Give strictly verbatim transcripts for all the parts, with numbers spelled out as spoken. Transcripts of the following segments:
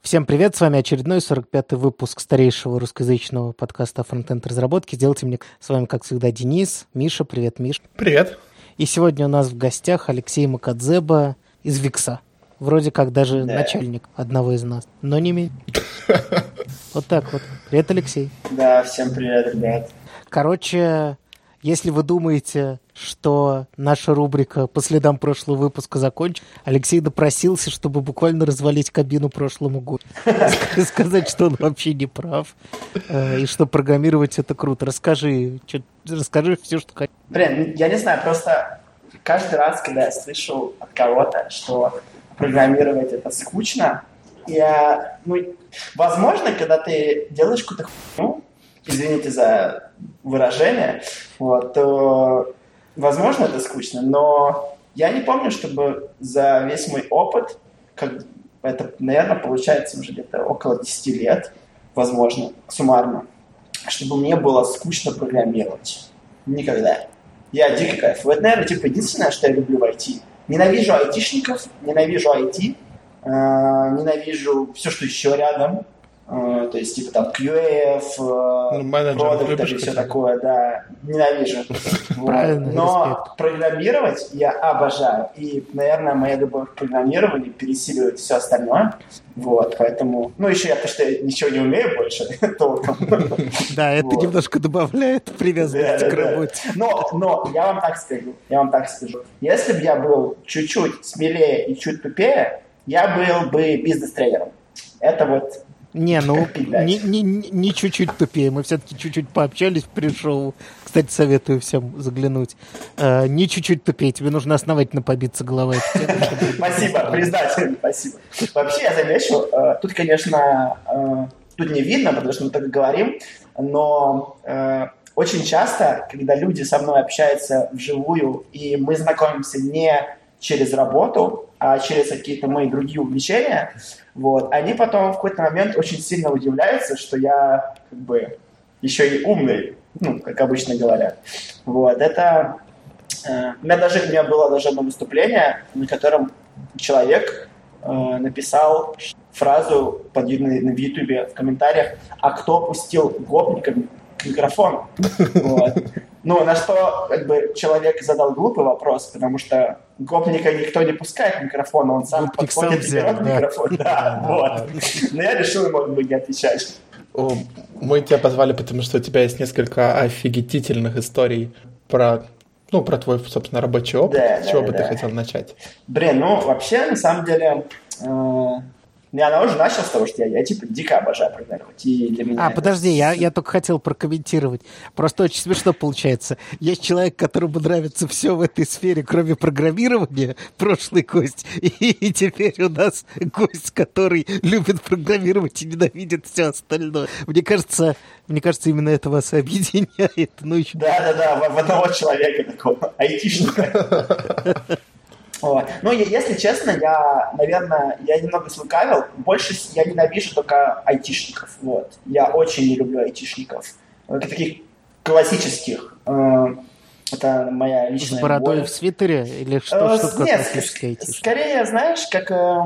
Всем привет, с вами очередной сорок пятый выпуск старейшего русскоязычного подкаста о фронтенд-разработке. Сделайте мне с вами, как всегда, Денис. Миша, привет, Миш. Привет. И сегодня у нас в гостях Алексей Макадзеба из Викса. Вроде как даже да. начальник одного из нас, но не менее. Вот так вот. Привет, Алексей. Да, всем привет, ребят. Короче, если вы думаете, что наша рубрика по следам прошлого выпуска закончена, Алексей допросился, чтобы буквально развалить кабину прошлому году. Сказать, что он вообще не прав, и что программировать это круто. Расскажи, расскажи все, что хотел. Блин, я не знаю, просто каждый раз, когда я слышу от кого-то, что программировать это скучно, я, ну, возможно, когда ты делаешь какую-то хуйню, извините за выражение, вот, то, возможно, это скучно, но я не помню, чтобы за весь мой опыт, как это, наверное, получается уже где-то около десяти лет, возможно, суммарно, чтобы мне было скучно программировать. Никогда. Я дико кайфую. Это, наверное, типа единственное, что я люблю в ай ти. Ненавижу айтишников, ненавижу ай ти, э, ненавижу все, что еще рядом. Uh, то есть, типа, там, кью эй, продукт и все такое, да, ненавижу. Вот. Но программировать я обожаю. И, наверное, моя любовь к программированию пересиливает все остальное. Вот, поэтому... Ну, еще я, потому что я ничего не умею больше толком. Да, это немножко добавляет привязанности к работе. Но я вам так скажу, я вам так скажу. Если бы я был чуть-чуть смелее и чуть тупее, я был бы бизнес-тренером. Это вот... Не, ну, не, не, не чуть-чуть тупее. Мы все-таки чуть-чуть пообщались в пришоу. Кстати, советую всем заглянуть. Uh, не чуть-чуть тупее. Тебе нужно основательно побиться головой. Спасибо, признательно, спасибо. Вообще, я замечу, тут, конечно, тут не видно, потому что мы так говорим, но очень часто, когда люди со мной общаются вживую, и мы знакомимся не через работу, а через какие-то мои другие увлечения, вот, они потом в какой-то момент очень сильно удивляются, что я как бы еще и умный, ну, как обычно говорят. Вот, это... Э, у меня даже у меня было даже одно выступление, на котором человек э, написал фразу под, на, на Ютубе в комментариях: «А кто пустил гопникам микрофон?» Вот. Ну, на что как бы человек задал глупый вопрос, потому что гопника никто не пускает микрофон, он сам Гопник подходит сам и берет да. микрофон. Да, вот. Но я решил ему как бы не отвечать. О, мы тебя позвали, потому что у тебя есть несколько офигительных историй про, ну, про твой, собственно, рабочий опыт. Да, С чего да, бы да. ты хотел начать? Блин, ну, вообще, на самом деле... Э- Я уже начал с того, что я, я типа дико обожаю программировать. И для меня а, это... подожди, я, я только хотел прокомментировать. Просто очень смешно получается. Есть человек, которому нравится все в этой сфере, кроме программирования, прошлый гость, и, и теперь у нас гость, который любит программировать и ненавидит все остальное. Мне кажется, мне кажется, именно это вас объединяет. Ну, еще... Да-да-да, в, в одного человека такого, айтишника. Вот. Ну, если честно, я, наверное, я немного слукавил. Больше я ненавижу только айтишников. Вот. Я очень не люблю айтишников. Таких классических. Это моя личная С бородой боль. в свитере? Или что, что такое Нет, классический айтишник? Скорее, знаешь, как э,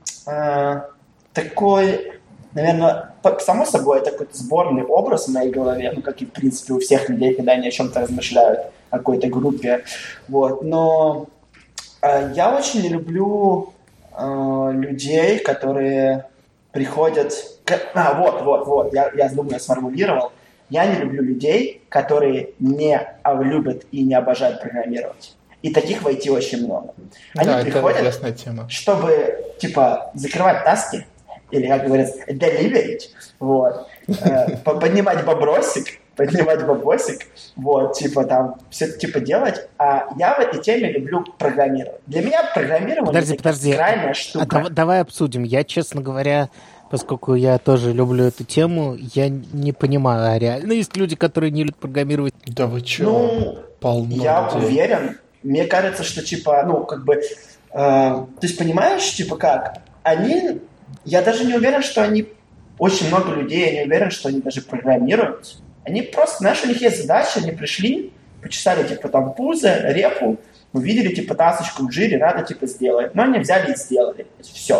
э, такой, наверное, само собой, это какой-то сборный образ в моей голове, ну, как и, в принципе, у всех людей, когда они о чем-то размышляют, о какой-то группе. Вот. Но... Я очень не люблю э, людей, которые приходят... К... А, вот, вот, вот, я, я думаю, я сформулировал. Я не люблю людей, которые не любят и не обожают программировать. И таких в ай ти очень много. Они да, приходят, это известная тема. Чтобы, типа, закрывать таски, или, как говорится, деливерить, вот, э, поднимать бабросик, поднимать бабосик, вот, типа там, все это типа делать, а я в этой теме люблю программировать. Для меня программирование подожди, это подожди. крайняя штука. А, а, давай обсудим. Я, честно говоря, поскольку я тоже люблю эту тему, я не понимаю, а реально есть люди, которые не любят программировать? Да вы чё? Ну, полно я людей. уверен, мне кажется, что типа, ну, как бы, э, то есть понимаешь, типа как, они, я даже не уверен, что они, очень много людей, я не уверен, что они даже программируют. Они просто, знаешь, у них есть задача, они пришли, почесали, типа, там, пузо, репу, увидели, типа, тасочку в жире, надо, типа, сделать. Но они взяли и сделали. Все.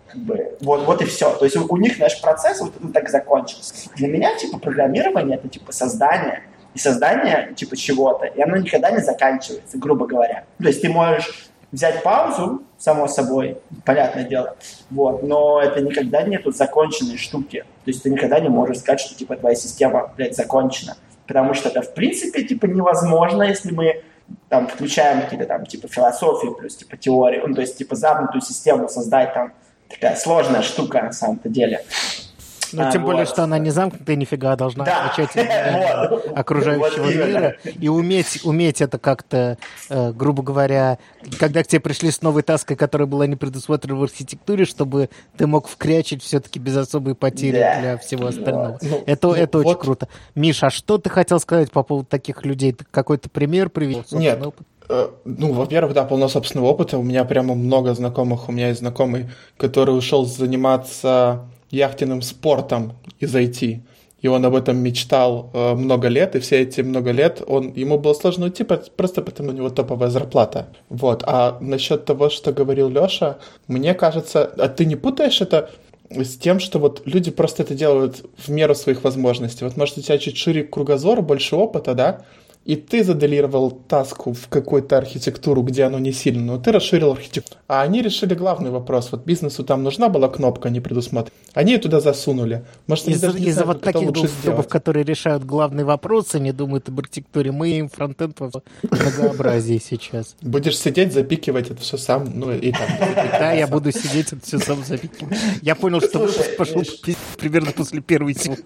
Как бы, вот, вот и все. То есть у, у них наш процесс вот он так закончился. Для меня, типа, программирование — это, типа, создание. И создание, типа, чего-то. И оно никогда не заканчивается, грубо говоря. То есть ты можешь взять паузу, само собой, понятное дело, вот, но это никогда нету законченной штуки. То есть ты никогда не можешь сказать, что, типа, твоя система, блядь, закончена. Потому что это, в принципе, типа, невозможно, если мы там включаем какие-то там, типа, философии плюс, типа, теории. Ну, то есть, типа, замкнутую систему создать там, такая сложная штука на самом-то деле. Ну, а, тем вот. более, что она не замкнутая нифига, должна да. отвечать от окружающего вот мира. И уметь, уметь это как-то, э, грубо говоря, когда к тебе пришли с новой таской, которая была не предусмотрена в архитектуре, чтобы ты мог вкрячить все-таки без особой потери да. для всего остального. Ну, это ну, это вот. очень круто. Миша, а что ты хотел сказать по поводу таких людей? Ты какой-то пример привел? Нет. Опыт? Ну, во-первых, да, полно собственного опыта. У меня прямо много знакомых. У меня есть знакомый, который ушел заниматься яхтенным спортом из ай ти. И он об этом мечтал э, много лет, и все эти много лет он, ему было сложно уйти, просто потому что у него топовая зарплата. Вот. А насчет того, что говорил Леша, мне кажется, а ты не путаешь это с тем, что вот люди просто это делают в меру своих возможностей? Вот, может, у тебя чуть шире кругозор, больше опыта, да? И ты заделировал таску в какую-то архитектуру, где оно не сильно, но ты расширил архитектуру. А они решили главный вопрос. Вот бизнесу там нужна была кнопка, не предусмотрена. Они ее туда засунули. Может, из-за даже не из-за знают, вот таких двух сделать. которые решают главные вопросы, не думают об архитектуре. Мы им фронтенд во многообразии сейчас. Будешь сидеть, запикивать это все сам, ну и так. Да, я буду сидеть, это все сам запикивать. Я понял, что выпуск пошел примерно после первой секунды.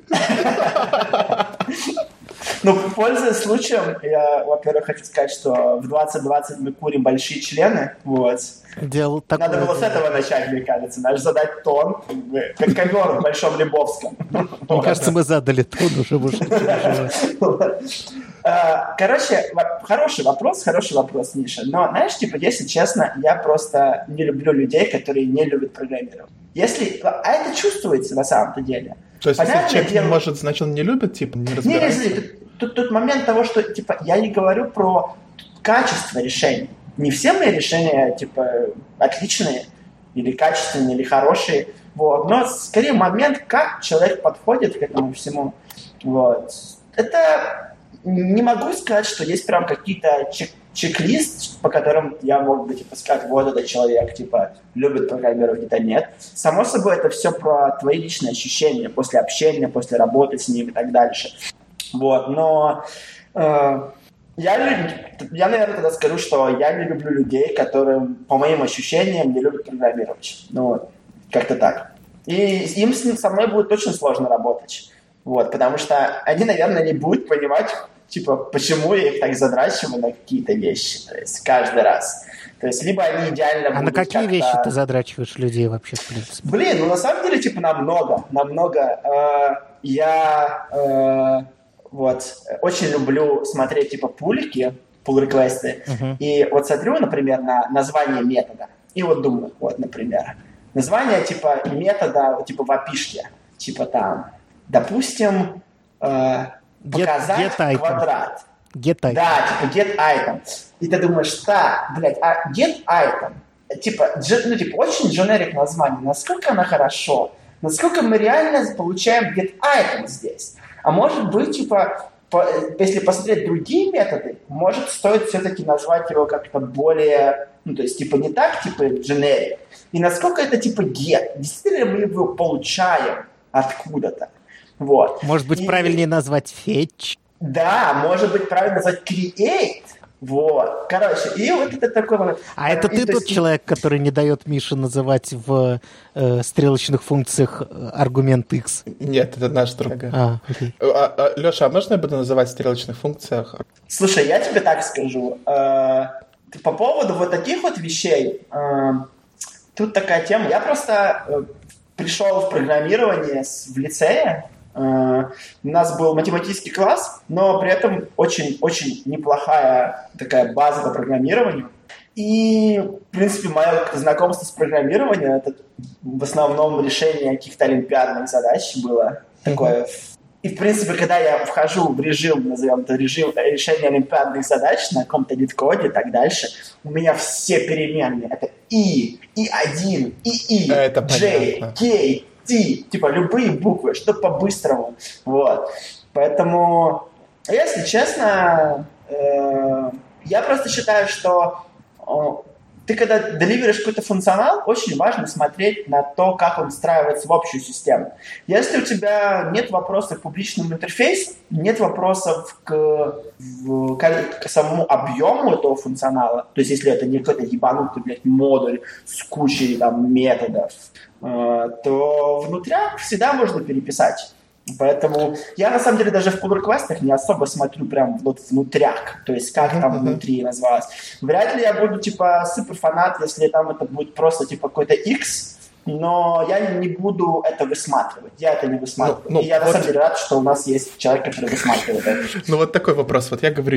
Ну, пользуясь случаем, я, во-первых, хочу сказать, что в двадцать двадцать мы курим большие члены, вот. Делал такое. Надо было с этого начать, мне кажется. Надо задать тон, как ковер в Большом Лебовском. Мне кажется, мы задали тон уже, может. Короче, хороший вопрос, хороший вопрос, Миша. Но, знаешь, типа, если честно, я просто не люблю людей, которые не любят программировать. Если... А это чувствуется на самом-то деле. То есть, понятно, если человек дело... не может, значит, он не любит, типа, не разбирается? Не, не, тут, тут момент того, что, типа, я не говорю про качество решений. Не все мои решения, типа, отличные, или качественные, или хорошие, вот. Но скорее момент, как человек подходит к этому всему, вот. Это не могу сказать, что есть прям какие-то чек- чек-лист, по которым я мог бы, типа, сказать, вот этот человек, типа, любит программировать, это нет. Само собой, это все про твои личные ощущения после общения, после работы с ним и так дальше. Вот, но... Э- Я, я, наверное, тогда скажу, что я не люблю людей, которые, по моим ощущениям, не любят программировать. Ну, вот, как-то так. И им с ним, со мной будет очень сложно работать. Вот, потому что они, наверное, не будут понимать, типа, почему я их так задрачиваю на какие-то вещи. То есть, каждый раз. То есть, либо они идеально а будут А на какие как-то... вещи ты задрачиваешь людей вообще, в принципе? Блин, ну, на самом деле, типа, намного. Намного. Э, я... Э, Вот. Очень люблю смотреть, типа, пулики, pull-реквесты. Uh-huh. И вот смотрю, например, на название метода. И вот думаю, вот, например, название, типа, метода, типа, в опишке. Типа, там, допустим, э, показать get, get квадрат. Get item. Да, типа, get item. И ты думаешь, да, блядь, а get item, типа, дж, ну, типа, очень generic название. Насколько оно хорошо? Насколько мы реально получаем get item здесь? А может быть, типа, по, если посмотреть другие методы, может, стоит все-таки назвать его как-то более, ну, то есть, типа, не так, типа, generic. И насколько это, типа, get? Действительно мы его получаем откуда-то. Вот. Может быть, и, правильнее назвать fetch? Да, может быть, правильно назвать create. Вот. Короче, и вот это такой момент. А это и, ты тот есть... человек, который не дает Мише называть в э, стрелочных функциях аргумент X? Нет, это наш друг. А, окей. А, а, Леша, а можно я буду называть в стрелочных функциях? Слушай, я тебе так скажу. Э, по поводу вот таких вот вещей, э, тут такая тема. Я просто э, пришел в программирование в лицее. Uh, у нас был математический класс, но при этом очень-очень неплохая такая база по программированию. И, в принципе, мое знакомство с программированием — это в основном решение каких-то олимпиадных задач было. Mm-hmm. Такое И, в принципе, когда я вхожу в режим, назовем это режим решения олимпиадных задач на каком-то лид-коде и так дальше, у меня все переменные. Это и, и один, и и, это J, понятно. K, T, типа любые буквы, что по-быстрому. Вот. Поэтому, если честно, э, я просто считаю, что э, ты, когда деливеришь какой-то функционал, очень важно смотреть на то, как он встраивается в общую систему. Если у тебя нет вопросов к публичному интерфейсу, нет вопросов к, в, к, к самому объему этого функционала, то есть если это не какой-то ебанутый, блядь, модуль с кучей там, методов, э, то внутрях всегда можно переписать. Поэтому я, на самом деле, даже в pull-реквестах не особо смотрю прям вот внутрях, то есть как там внутри называлось. Вряд ли я буду, типа, суперфанат, если там это будет просто, типа, какой-то X, но я не буду это высматривать. Я это не высматриваю. Ну, ну, И я, вот... на самом деле, рад, что у нас есть человек, который высматривает это. Ну, вот такой вопрос. Вот я говорю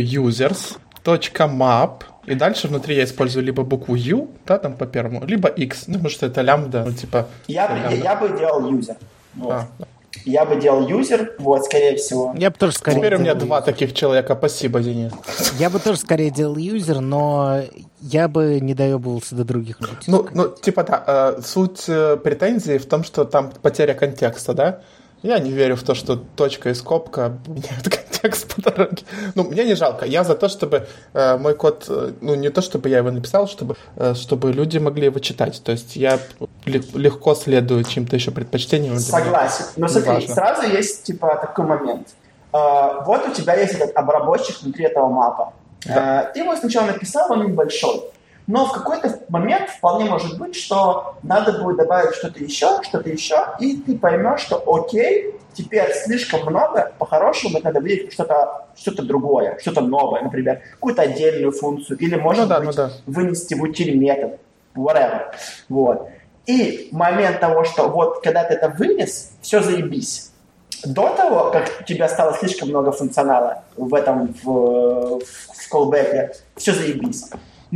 users.map, и дальше внутри я использую либо букву U, да, там по первому, либо X, ну, потому что это лямбда, ну, типа... Я, лямбда. я, я бы делал user. Вот. А, да. Я бы делал юзер, вот, скорее всего. Я бы тоже скорее Теперь у меня делал два юзер. таких человека. Спасибо, Денис. Я бы тоже скорее делал юзер, но я бы не доебывался до других людей. Ну, ну типа, да, э, суть э, претензии в том, что там потеря контекста, да? Я не верю в то, что точка и скобка меняют контекст по дороге. Ну, мне не жалко. Я за то, чтобы э, мой код, э, ну, не то, чтобы я его написал, чтобы, э, чтобы люди могли его читать. То есть я легко следую чьим-то еще предпочтениям. Согласен. Но смотри, важно. Сразу есть, типа, такой момент. Э, вот у тебя есть этот обработчик внутри этого мапа. Да. Э, ты его сначала написал, он небольшой. Но в какой-то момент вполне может быть, что надо будет добавить что-то еще, что-то еще, и ты поймешь, что окей, теперь слишком много, по-хорошему надо выделить что-то, что-то другое, что-то новое, например, какую-то отдельную функцию, или, может ну да, быть, ну да. вынести в утиль метод, whatever. Вот. И момент того, что вот когда ты это вынес, все заебись. До того, как у тебя стало слишком много функционала в этом, в, в callback, все заебись.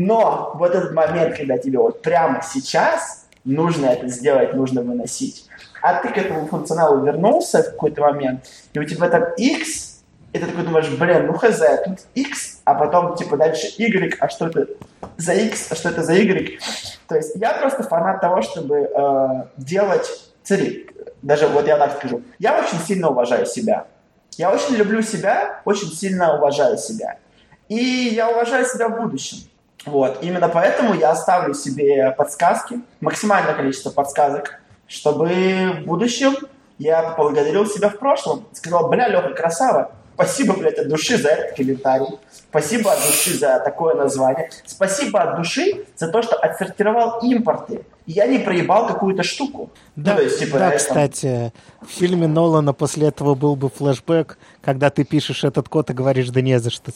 Но вот этот момент, когда тебе вот прямо сейчас нужно это сделать, нужно выносить, а ты к этому функционалу вернулся в какой-то момент, и у тебя там X, и ты такой думаешь, блин, ну хз, тут X, а потом типа дальше Y, а что это за X, а что это за Y. То есть я просто фанат того, чтобы э, делать, смотри, даже вот я так скажу, я очень сильно уважаю себя. Я очень люблю себя, очень сильно уважаю себя. И я уважаю себя в будущем. Вот. Именно поэтому я оставлю себе подсказки, максимальное количество подсказок, чтобы в будущем я поблагодарил себя в прошлом. Сказал, бля, Леха, красава, спасибо, блядь, от души за этот комментарий, спасибо от души за такое название, спасибо от души за то, что отсортировал импорты, и я не проебал какую-то штуку. Да, ну, то есть, типа, да, кстати, в фильме Нолана после этого был бы флешбэк, когда ты пишешь этот код и говоришь, да не за что.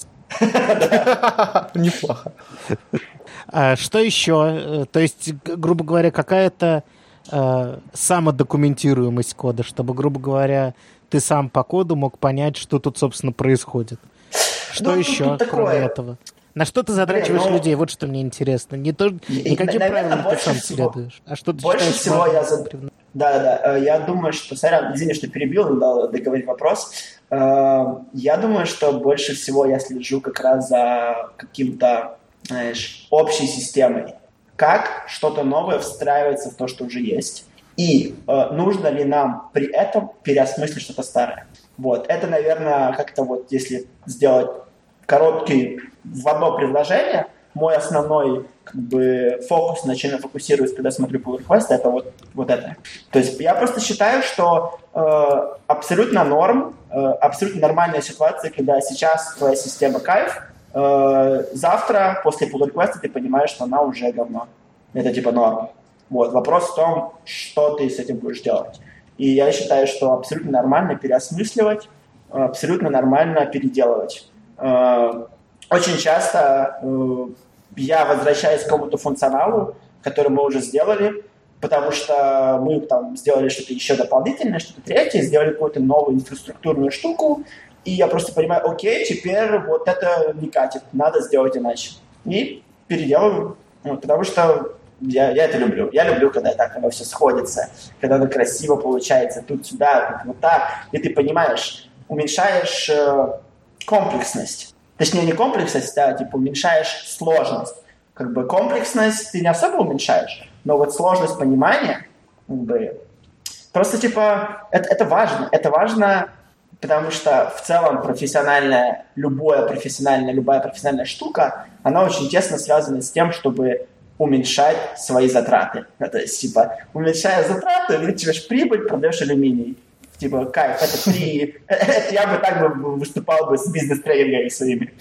Неплохо. Что еще? То есть, грубо говоря, какая-то самодокументируемость кода, чтобы, грубо говоря, ты сам по коду мог понять, что тут, собственно, происходит. Что еще, кроме этого? На что ты задрачиваешь Блин, ну, людей? Вот что мне интересно. Не то, не каким правилам ты сам следуешь, а что ты больше считаешь всего я за... Да, да, я думаю, что... Сорян, извини, что перебил, не дал договорить вопрос. Я думаю, что больше всего я слежу как раз за каким-то, знаешь, общей системой. Как что-то новое встраивается в то, что уже есть. И нужно ли нам при этом переосмыслить что-то старое. Вот. Это, наверное, как-то вот, если сделать короткий в одно предложение, мой основной как бы, фокус, на чем я фокусируюсь, когда смотрю pull request, это вот, вот это. То есть я просто считаю, что э, абсолютно норм, э, абсолютно нормальная ситуация, когда сейчас твоя система кайф, э, завтра после pull request ты понимаешь, что она уже говно. Это типа норм. Вот. Вопрос в том, что ты с этим будешь делать. И я считаю, что абсолютно нормально переосмысливать, абсолютно нормально переделывать. Очень часто я возвращаюсь к какому-то функционалу, который мы уже сделали, потому что мы там сделали что-то еще дополнительное, что-то третье, сделали какую-то новую инфраструктурную штуку, и я просто понимаю, окей, теперь вот это не катит, надо сделать иначе. И переделываю, вот, потому что я, я это люблю. Я люблю, когда так оно все сходится, когда оно красиво получается, тут-сюда, тут вот так. И ты понимаешь, уменьшаешь э, комплексность. Точнее, не комплексность, а типа уменьшаешь сложность. Как бы комплексность ты не особо уменьшаешь, но вот сложность понимания, как бы, просто типа это, это важно. Это важно, потому что в целом профессиональная, любое профессиональная, любая профессиональная штука, она очень тесно связана с тем, чтобы уменьшать свои затраты. Ну, то есть, типа, уменьшая затраты, увеличиваешь прибыль, продаешь алюминий. Типа, кайф, это три... Я бы так бы выступал бы с бизнес-тренингами своими.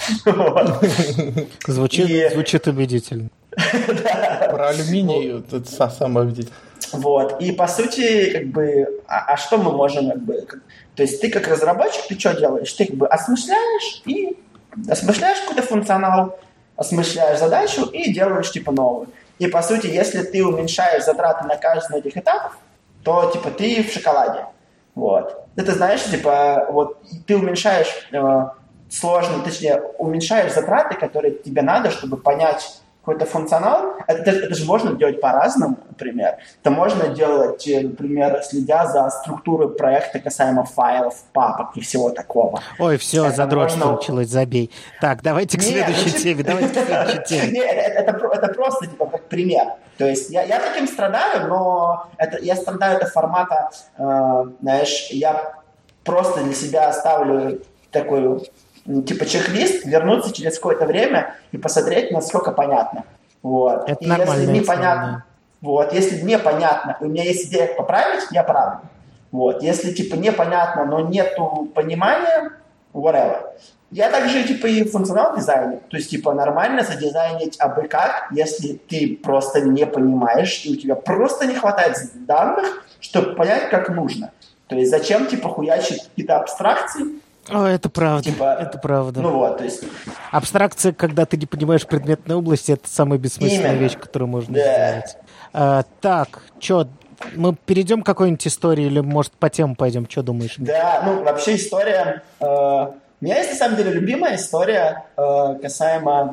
Звучит убедительно. Про алюминий это самое убедительное. Вот. И, по сути, как бы, а, а что мы можем, как бы... То есть ты как разработчик, ты что делаешь? Ты как бы осмысляешь и... Осмысляешь какой-то функционал, осмысляешь задачу и делаешь, типа, новую. И, по сути, если ты уменьшаешь затраты на каждый из этих этапов, то, типа, ты в шоколаде. Вот. Это, знаешь, типа, вот ты уменьшаешь э, сложно, точнее, уменьшаешь затраты, которые тебе надо, чтобы понять какой-то функционал. Это, это же можно делать по-разному, например. Это можно делать, например, следя за структурой проекта касаемо файлов, папок и всего такого. Ой, все, это задротство можно... началось, забей. Так, давайте к следующей Нет, теме, давайте к следующей теме. Нет, это, это, это просто, типа, как пример. То есть я, я таким страдаю, но это, я страдаю до формата, э, знаешь, я просто для себя ставлю такую, типа, чек-лист, вернуться через какое-то время и посмотреть, насколько понятно. Вот. Это и нормально. Если непонятно, вот, если непонятно, у меня есть идея поправить, я правлю. Вот. Если, типа, непонятно, но нету понимания, whatever. Я также, типа, и функционал дизайнер. То есть, типа, нормально задизайнить абы как, если ты просто не понимаешь, и у тебя просто не хватает данных, чтобы понять, как нужно. То есть, зачем, типа, хуячить какие-то абстракции? О, это правда, типа, это правда. Ну вот, то есть... Абстракция, когда ты не понимаешь предметной области, это самая бессмысленная Именно. вещь, которую можно да. сделать. А, так, что, мы перейдем к какой-нибудь истории или, может, по тему пойдем? Что думаешь? Да, ну, вообще история... Э, у меня есть, на самом деле, любимая история э, касаемо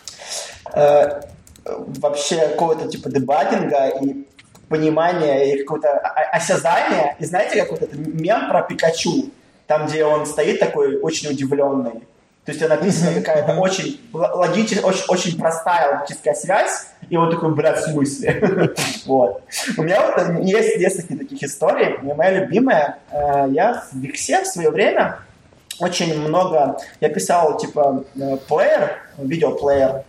э, вообще какого-то типа дебагинга и понимания и какого-то осязания. И знаете, как вот этот мем про Пикачу, там, где он стоит такой очень удивленный. То есть написана какая-то очень логическая, очень, очень простая логическая связь, и он такой, блядь, в смысле? Вот. У меня вот есть несколько таких историй. Моя любимая, я в Виксе в свое время очень много... Я писал, типа, плеер, видеоплеер,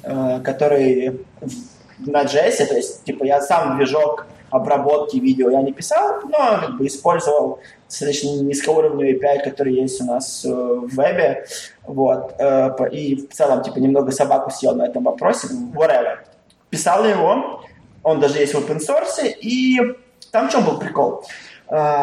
который на джей эс, то есть, типа, я сам движок обработки видео я не писал, но как бы использовал достаточно низкоуровневый эй пи ай, который есть у нас э, в вебе, вот, э, и в целом, типа, немного собаку съел на этом вопросе, whatever. Писал его, он даже есть в open source, и там в чем был прикол? Э,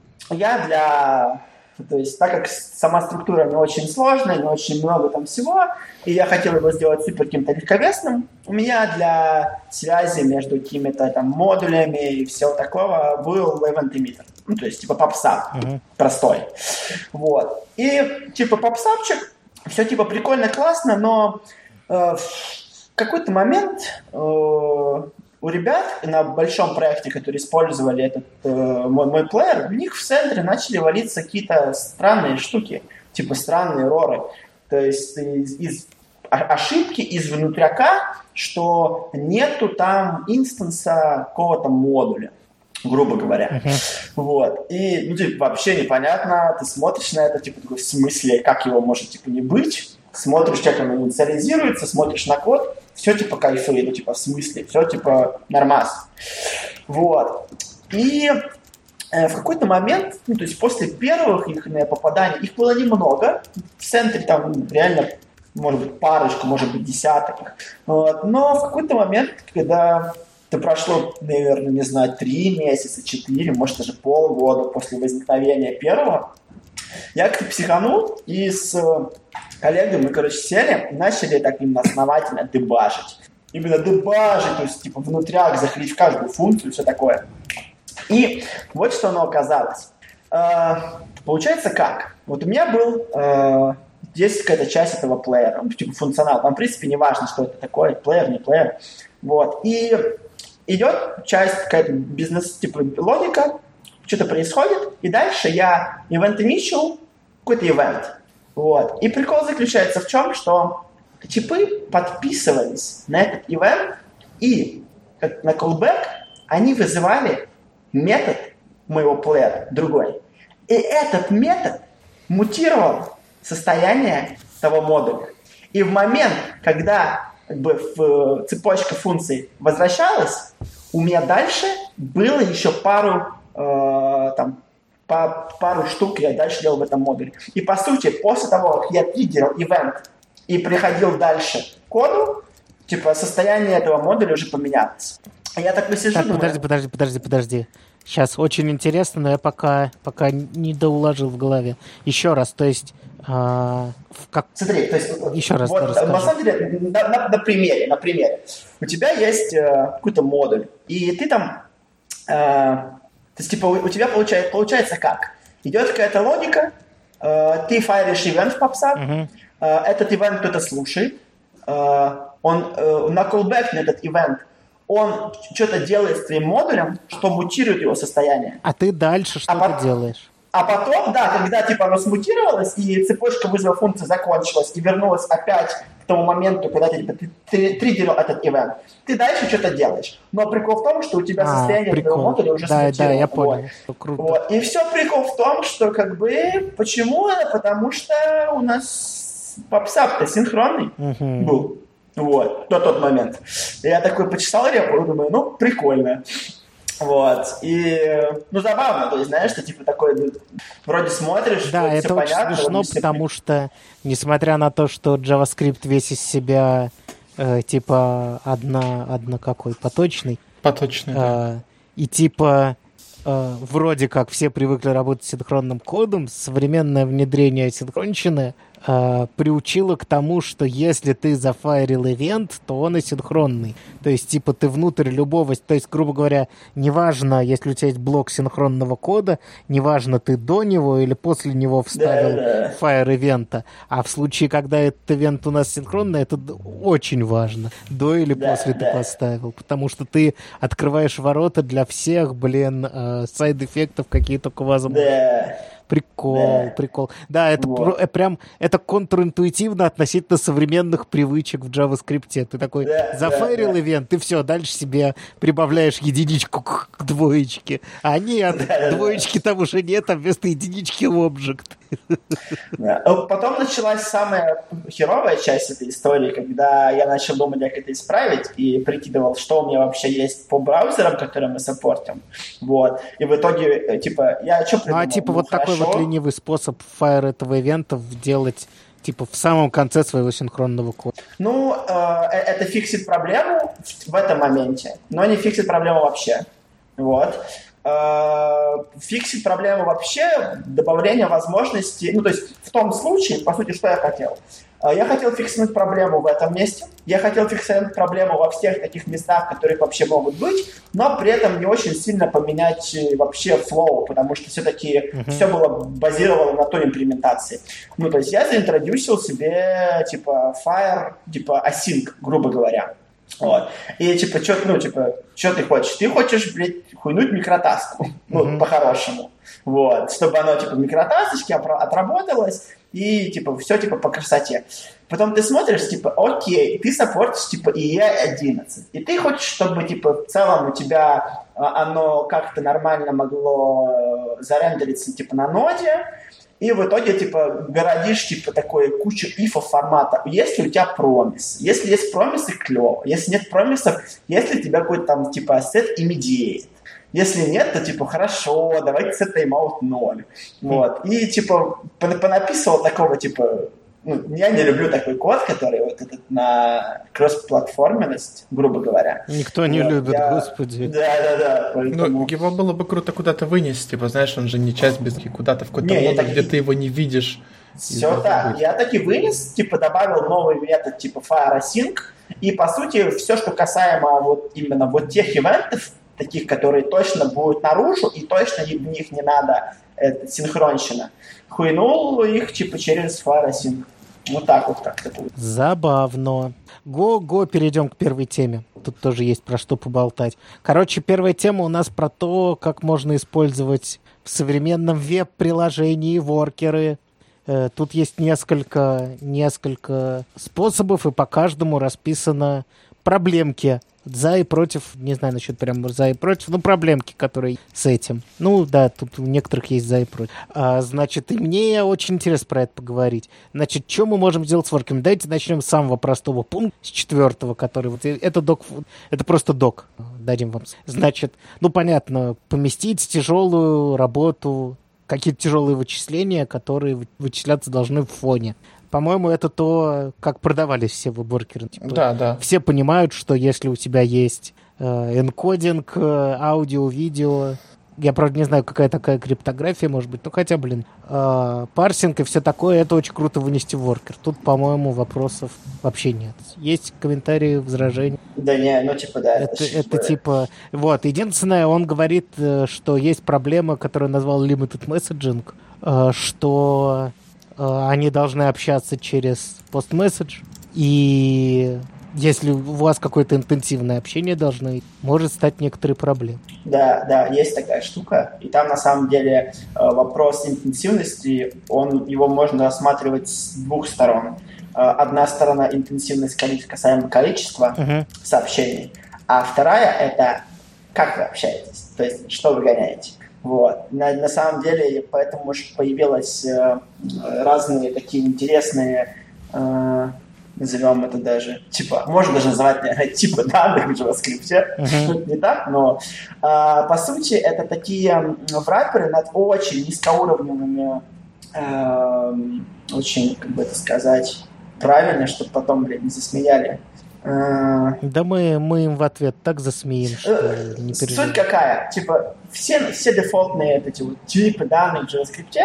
я для... То есть, так как сама структура не очень сложная, не очень много там всего, и я хотел его сделать супер каким-то легковесным, у меня для связи между какими-то там модулями и всего такого был event emitter. Ну, то есть, типа попса uh-huh. простой. Вот. И, типа, попсапчик, все, типа, прикольно, классно, но э, в какой-то момент э, у ребят на большом проекте, которые использовали этот э, мой, мой плеер, у них в центре начали валиться какие-то странные штуки, типа странные роры. То есть из, из ошибки из внутряка, что нету там инстанса какого-то модуля, грубо говоря. Uh-huh. Вот. И, ну, типа, вообще непонятно, ты смотришь на это, типа, такой, в смысле, как его может, типа, не быть? Смотришь, как оно инициализируется, смотришь на код, все, типа, кайфы, ну, типа, в смысле, все, типа, нормас. Вот. И э, в какой-то момент, ну, то есть после первых их попаданий, их было немного, в центре там реально, может быть, парочку, может быть, десяток. Вот. Но в какой-то момент, когда это прошло, наверное, не знаю, три месяца, четыре, может, даже полгода после возникновения первого, я как-то психанул и с коллегой мы, короче, сели и начали так именно основательно дебажить. Именно дебажить, то есть, типа, внутряк заходить в каждую функцию, все такое. И вот что оно оказалось. Э, получается как? Вот у меня был... Э, есть какая-то часть этого плеера, ну, типа функционал. Там, в принципе, не важно, что это такое, плеер, не плеер. Вот. И идет часть, какая-то бизнес, типа логика, что-то происходит, и дальше я event initial, какой-то event. Вот. И прикол заключается в чем, что типы подписывались на этот event, и как на callback они вызывали метод моего плеера, другой. И этот метод мутировал состояние того модуля. И в момент, когда как бы, в, цепочка функций возвращалась, у меня дальше было еще пару, э, там, по, пару штук я дальше делал в этом модуле. И по сути, после того, как я триггерил ивент и приходил дальше к коду, типа состояние этого модуля уже поменялось. А я так посижу, так, думаю... подожди, подожди, подожди, подожди. Сейчас очень интересно, но я пока, пока не доуложил в голове. Еще раз, то есть... А, в как... Смотри, то есть... Еще раз вот, расскажи. на самом деле, на, на, на примере, на примере. У тебя есть э, какой-то модуль, и ты там... Э, то есть, типа, у, у тебя получается, получается как? Идет какая-то логика, э, ты файлишь ивент в PubSub, uh-huh. э, этот ивент кто-то слушает, э, он э, на callback на этот ивент он что-то делает с твоим модулем, что мутирует его состояние. А ты дальше что а ты по... делаешь? А потом, да, когда типа оно смутировалось, и цепочка вызова функции закончилась, и вернулась опять к тому моменту, когда ты, типа, ты, ты триггерил этот ивент, ты дальше что-то делаешь. Но прикол в том, что у тебя а, состояние прикол. твоего модуля уже да, смутировано. Да, я понял. Вот. Круто. Вот. И все прикол в том, что как бы, почему это? Потому что у нас PubSub-то синхронный uh-huh. был. Вот, на тот момент. Я такой почесал репу, думаю, ну, прикольно. Вот, и, ну, забавно, то есть, знаешь, ты, типа, такой, ну, вроде смотришь, да, вроде это все очень понятно. смешно, потому все... что, несмотря на то, что JavaScript весь из себя, э, типа, одна, одна какой, поточный. Поточный, э, да. И, типа, э, вроде как все привыкли работать с синхронным кодом, современное внедрение асинхронщины Uh, приучила к тому, что если ты зафайрил ивент, то он асинхронный. То есть, типа, ты внутрь любого... То есть, грубо говоря, неважно, если у тебя есть блок синхронного кода, неважно, ты до него или после него вставил да, да. фаер ивента. А в случае, когда этот ивент у нас синхронный, это очень важно. До или да, после да. ты поставил. Потому что ты открываешь ворота для всех, блин, uh, сайд-эффектов, какие только возможны. Да. Прикол, да. прикол. Да, это вот. про, прям это контринтуитивно относительно современных привычек в JavaScript. Ты такой да, зафайрил да, ивент, ты все, дальше себе прибавляешь единичку к, к двоечке. А нет, да, двоечки да. там уже нет, а вместо единички объект. Да. Потом началась самая херовая часть этой истории, когда я начал думать, как это исправить, и прикидывал, что у меня вообще есть по браузерам, которые мы саппортим. Вот. И в итоге, типа, я что придумал? Ну, а типа ну, вот хорошо. такой вот ленивый способ фаер этого ивента делать типа в самом конце своего синхронного кода. Ну, э, это фиксит проблему в этом моменте, но не фиксит проблему вообще. Вот. Фиксит проблему вообще добавление возможности, ну, то есть в том случае, по сути, что я хотел? Я хотел фиксировать проблему в этом месте, я хотел фиксировать проблему во всех таких местах, которые вообще могут быть, но при этом не очень сильно поменять вообще флоу, потому что все-таки uh-huh. все было базировано на той имплементации. Ну, то есть я заинтродюсил себе, типа, fire, типа, async, грубо говоря. Вот. И типа, что ну, типа, ты хочешь? Ты хочешь, блядь, хуйнуть микротаску, ну, mm-hmm. по-хорошему. Вот. Чтобы оно, типа, микротасочки отработалось, и, типа, все, типа, по красоте. Потом ты смотришь, типа, окей, ты саппортишь, типа, и и одиннадцать. И ты хочешь, чтобы, типа, в целом у тебя оно как-то нормально могло зарендериться, типа, на ноде, и в итоге, типа, городишь, типа, такой кучу ифов формата. Если у тебя промис. Если есть промисы, клево. Если нет промисов, если у тебя какой-то там, типа, set immediate. Если нет, то, типа, хорошо, давайте set timeout ноль. Вот. И, типа, понаписывал такого, типа... Ну, я не люблю такой код, который вот этот на кроссплатформенность, грубо говоря. Никто не вот, любит, я... господи. Да-да-да. Поэтому... Ну, его было бы круто куда-то вынести, типа, знаешь, он же не часть без куда-то в какой-то не, модуль, так... где ты его не видишь. Все так. Быть. Я таки вынес, типа, добавил новый метод, типа, fire async, и, по сути, все, что касаемо вот именно вот тех ивентов, таких, которые точно будут наружу, и точно в них не надо это, синхронщина, хуйнул их, типа, через fire async. Вот так вот как-то будет. Забавно. Го-го, перейдем к первой теме. Тут тоже есть про что поболтать. Короче, первая тема у нас про то, как можно использовать в современном веб-приложении воркеры. Э, тут есть несколько, несколько способов, и по каждому расписано проблемки. За и против, не знаю насчет прямо за и против, но проблемки, которые с этим. Ну да, тут у некоторых есть за и против. А, значит, и мне очень интересно про это поговорить. Значит, что мы можем сделать с воркерами? Давайте начнем с самого простого пункта, с четвертого, который вот это док, это просто док. Дадим вам. Значит, ну понятно, поместить тяжелую работу, какие-то тяжелые вычисления, которые вычисляться должны в фоне. По-моему, это то, как продавались все веб-воркеры. Типа, да, да. Все понимают, что если у тебя есть э, энкодинг, э, аудио, видео, я, правда, не знаю, какая такая криптография может быть, но хотя, блин, э, парсинг и все такое, это очень круто вынести в воркер. Тут, по-моему, вопросов вообще нет. Есть комментарии, возражения? Да не, ну типа да. Это, это, это типа... Вот, единственное, он говорит, что есть проблема, которую назвал limited messaging, э, что... они должны общаться через пост-месседж, и если у вас какое-то интенсивное общение должно, может стать некоторые проблемы. Да, да, есть такая штука, и там на самом деле вопрос интенсивности, он, его можно рассматривать с двух сторон. Одна сторона — интенсивность касаемо количества uh-huh. сообщений, а вторая — это как вы общаетесь, то есть что вы гоняете. Вот. На, на самом деле, поэтому появились э, разные такие интересные, э, назовем это даже, типа, можно даже называть, наверное, типы данных в JavaScript. Uh-huh. Не так, но э, по сути это такие врапперы над очень низкоуровневыми, э, очень, как бы это сказать, правильно, чтобы потом, блядь, не засмеяли. Да мы, мы им в ответ так засмеем, что не переживай. Суть какая? Типа, все, все дефолтные эти вот типы данных в JavaScript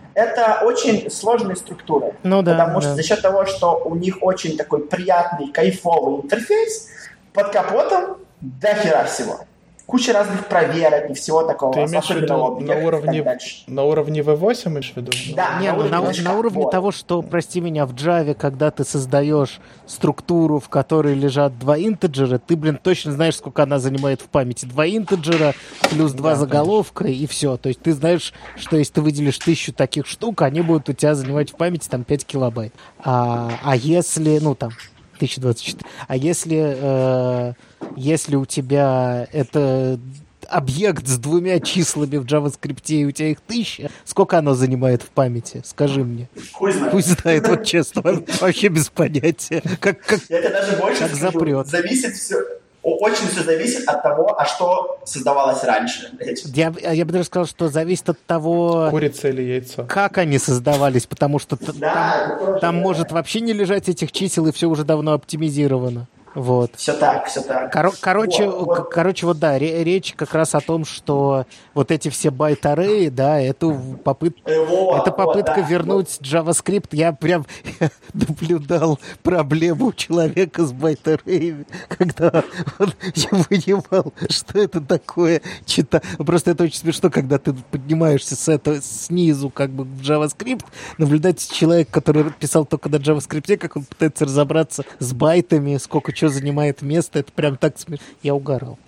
это очень сложные структуры. Ну, да, потому да. что за счет того, что у них очень такой приятный, кайфовый интерфейс, под капотом до хера всего. Куча разных проверок и всего такого. Ты имеешь в виду на уровне, на уровне ви восемь, имеешь в виду? Да, не, на уровне, на, на уровне вот. того, что, прости меня, в Java, когда ты создаешь структуру, в которой лежат два интеджера, ты, блин, точно знаешь, сколько она занимает в памяти. Два интеджера плюс два да, заголовка, конечно. И все. То есть ты знаешь, что если ты выделишь тысячу таких штук, они будут у тебя занимать в памяти там пять килобайт. А, а если, ну там... тысяча двадцать четыре. А если, э, если у тебя это объект с двумя числами в JavaScript, и у тебя их тысяча, сколько оно занимает в памяти? Скажи мне. Хуй знает. Хуй знает, вот честно, вообще без понятия. Как, как, Я тебе даже больше как скажу, запрет. Зависит все... Очень все зависит от того, а что создавалось раньше. Я, я бы даже сказал, что зависит от того... Курица или яйцо. Как они создавались, потому что да, там, тоже, там да. может вообще не лежать этих чисел, и все уже давно оптимизировано. Вот. Все так, все так. Кор- короче, вот, вот. короче, вот да, ре- речь как раз о том, что вот эти все байт-арреи, да, это, попыт... вот, это попытка вот, да, вернуть вот. JavaScript. Я прям я наблюдал проблему человека с байт-арреями, когда он не понимал, что это такое. Чита... Просто это очень смешно, когда ты поднимаешься с этого, снизу как бы в JavaScript, наблюдать человека, который писал только на JavaScript, как он пытается разобраться с байтами, сколько чего занимает место, это прям так смешно. Я угорал.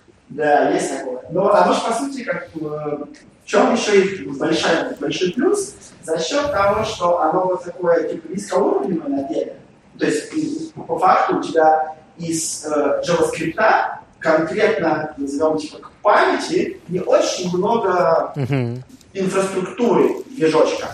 Да, есть такое. Но оно же, по сути, как в чем еще их большой, большой плюс? За счет того, что оно вот такое типа низкоуровневое на деле. То есть, по факту, у тебя из э, JavaScript конкретно, назовем типа к памяти, не очень много uh-huh. инфраструктуры движочка.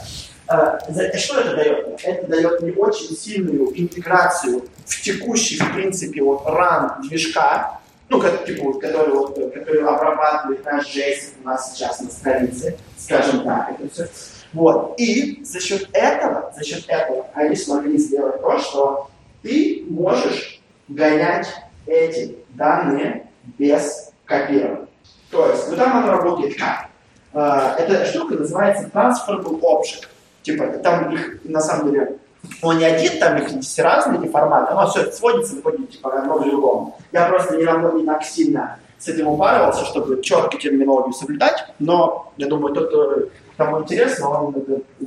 Что это дает? Это дает не очень сильную интеграцию в текущий, в принципе, вот run движка, ну, как, типа, который, вот, который обрабатывает наш JSON у нас сейчас на странице, скажем так, это все. Вот. И за счет этого, за счет этого они смогли сделать то, что ты можешь гонять эти данные без копирования. То есть, ну там оно работает как? Эта штука называется Transferable Object. Типа, там их, на самом деле, он не один, там их есть разные эти форматы, оно все сводится, выходит, типа, одно к другому. Я просто не, не так сильно с этим упарывался, чтобы четко терминологию соблюдать, но, я думаю, тот, кто кому интересно, он это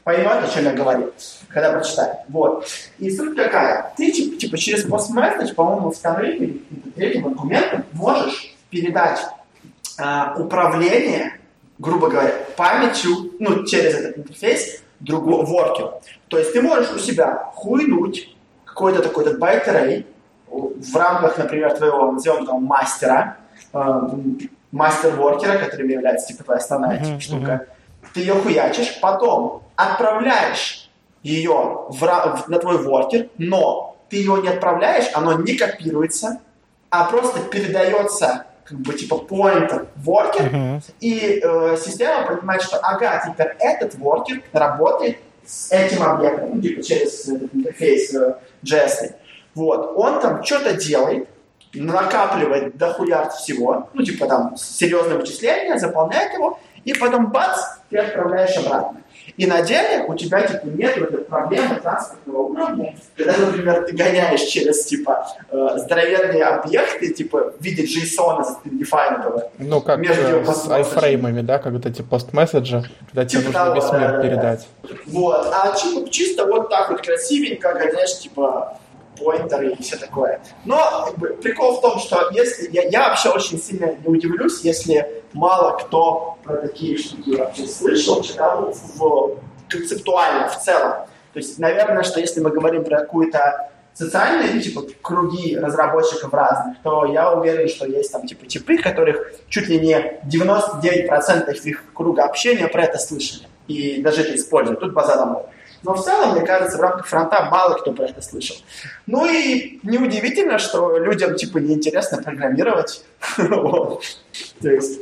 поймет, о чем я говорю, когда прочитает. Вот. И суть какая? Ты, типа, типа через постмессидж, по-моему, вторым или третьим аргументом можешь передать а, управление, грубо говоря, памятью, ну, через этот интерфейс другого воркеру. То есть ты можешь у себя хуйнуть какой-то такой этот байт-аррей в рамках, например, твоего, назовем там, мастера, э, мастер-воркера, которым является типа твоя основная uh-huh, типа, штука. Uh-huh. Ты ее хуячишь, потом отправляешь ее в, в, на твой воркер, но ты ее не отправляешь, оно не копируется, а просто передается как бы типа поинтер воркер, uh-huh. и э, система понимает, что ага, теперь этот воркер работает с этим объектом, ну, типа через этот интерфейс э, джей эс. Вот, он там что-то делает, накапливает дохуя всего, ну, типа там серьезное вычисление, заполняет его, и потом бац, ты отправляешь обратно. И на деле у тебя, типа, нет вот этой проблемы транспортного уровня, когда, например, ты гоняешь через, типа, э, здоровенные объекты, типа, в виде JSON definable. Ну, как между с айфреймами, да, когда эти постмесседжи, когда тебе типа нужно весь мир передать. Вот, а типа, чисто вот так вот красивенько гоняешь, типа, поинтеры и все такое. Но как бы, прикол в том, что если я, я вообще очень сильно не удивлюсь, если мало кто про такие штуки вообще слышал, читал в, концептуально, в целом. То есть, наверное, что если мы говорим про какую-то социальные, типа, круги разработчиков разных, то я уверен, что есть там, типа, типы, которых чуть ли не девяносто девять процентов их круга общения про это слышали. И даже это используют. Тут база домой. Но в целом, мне кажется, в рамках фронта мало кто про это слышал. Ну и неудивительно, что людям, типа, неинтересно программировать. То есть,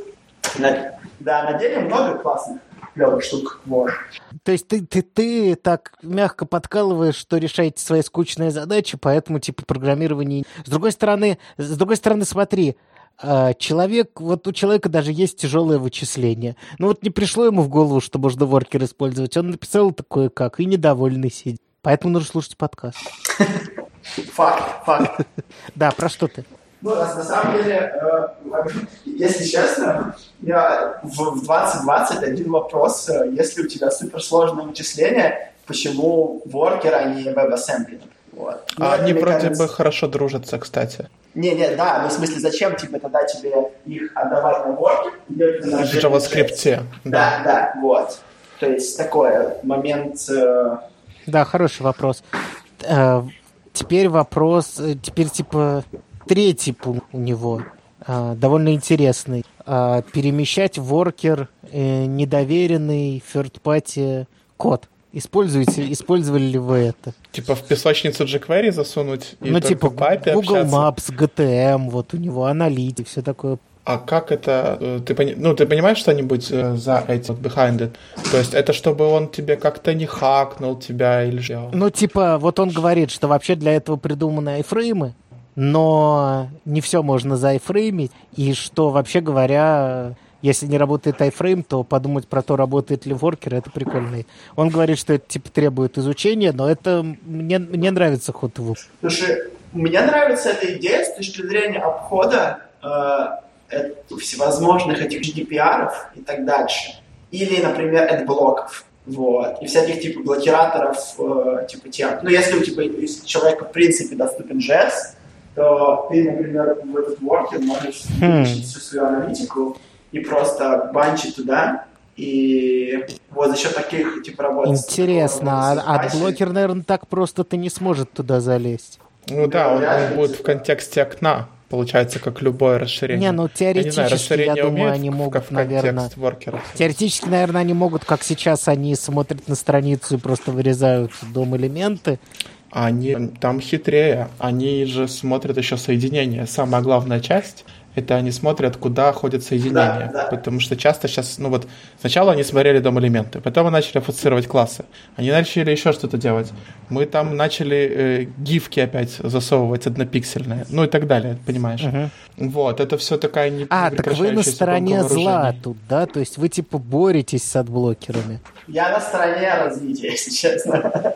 да, на деле много классных, клевых штук. То есть ты, ты, ты так мягко подкалываешь, что решаете свои скучные задачи, поэтому, типа, программирование... С другой стороны, с другой стороны, смотри, человек, вот у человека даже есть тяжелое вычисление. Ну вот не пришло ему в голову, что можно воркер использовать. Он написал такое как, и недовольный сидит. Поэтому нужно слушать подкаст. Факт, факт. Да, про что ты? Ну, на самом деле, если честно, я в двадцать двадцать один вопрос, если у тебя суперсложное вычисление, почему воркер, а не WebAssembly? Вот. А они вроде кажется... бы хорошо дружатся, кстати. Не-не, да, ну в смысле, зачем тебе тогда тебе их отдавать на воркер? В JavaScript. Да, да, да, вот. То есть такой момент... Э... Да, хороший вопрос. Э, теперь вопрос, теперь типа третий пункт у него, э, довольно интересный. Э, перемещать в воркер э, недоверенный third-party код. Используете, использовали ли вы это? Типа в песочницу jQuery засунуть и ну, только типа в пайпе Google общаться? Maps, джи ти эм, вот у него аналитик, все такое. А как это... Ты, пони... ну, ты понимаешь что-нибудь за этим, behind it? То есть это чтобы он тебе как-то не хакнул тебя или что? Ну, типа, вот он говорит, что вообще для этого придуманы айфреймы, но не все можно заайфреймить, и что, вообще говоря... Если не работает iFrame, то подумать про то, работает ли воркер, это прикольно. Он говорит, что это типа требует изучения, но это мне, мне нравится ход его. Слушай, мне нравится эта идея с точки зрения обхода э, всевозможных этих джи ди пи ар-ов и так дальше. Или, например, адблоков. Вот. И всяких типа блокираторов э, типа тех. Ну, если у типа, если человеку в принципе доступен джей эс, то ты, например, в этот воркер можешь включить всю свою аналитику и просто банчить туда, и вот за счет таких типа работ. Интересно, а адблокер, наверное, так просто-то не сможет туда залезть. Ну да, он, он будет в контексте окна, получается, как любое расширение. Не, ну теоретически, я, я думаю, они могут, в наверное... Теоретически, наверное, они могут, как сейчас они смотрят на страницу и просто вырезают дом-элементы. Они там хитрее, они же смотрят еще соединение. Самая главная часть — это они смотрят, куда ходят соединения. Да, да. Потому что часто сейчас, ну вот, сначала они смотрели дом-элементы, потом они начали ассоциировать классы. Они начали еще что-то делать. Мы там начали э, гифки опять засовывать однопиксельные, ну и так далее, понимаешь? Угу. Вот, это все такая не А, так вы на стороне зла тут, да? То есть вы типа боретесь с адблокерами? Я на стороне развития, если честно.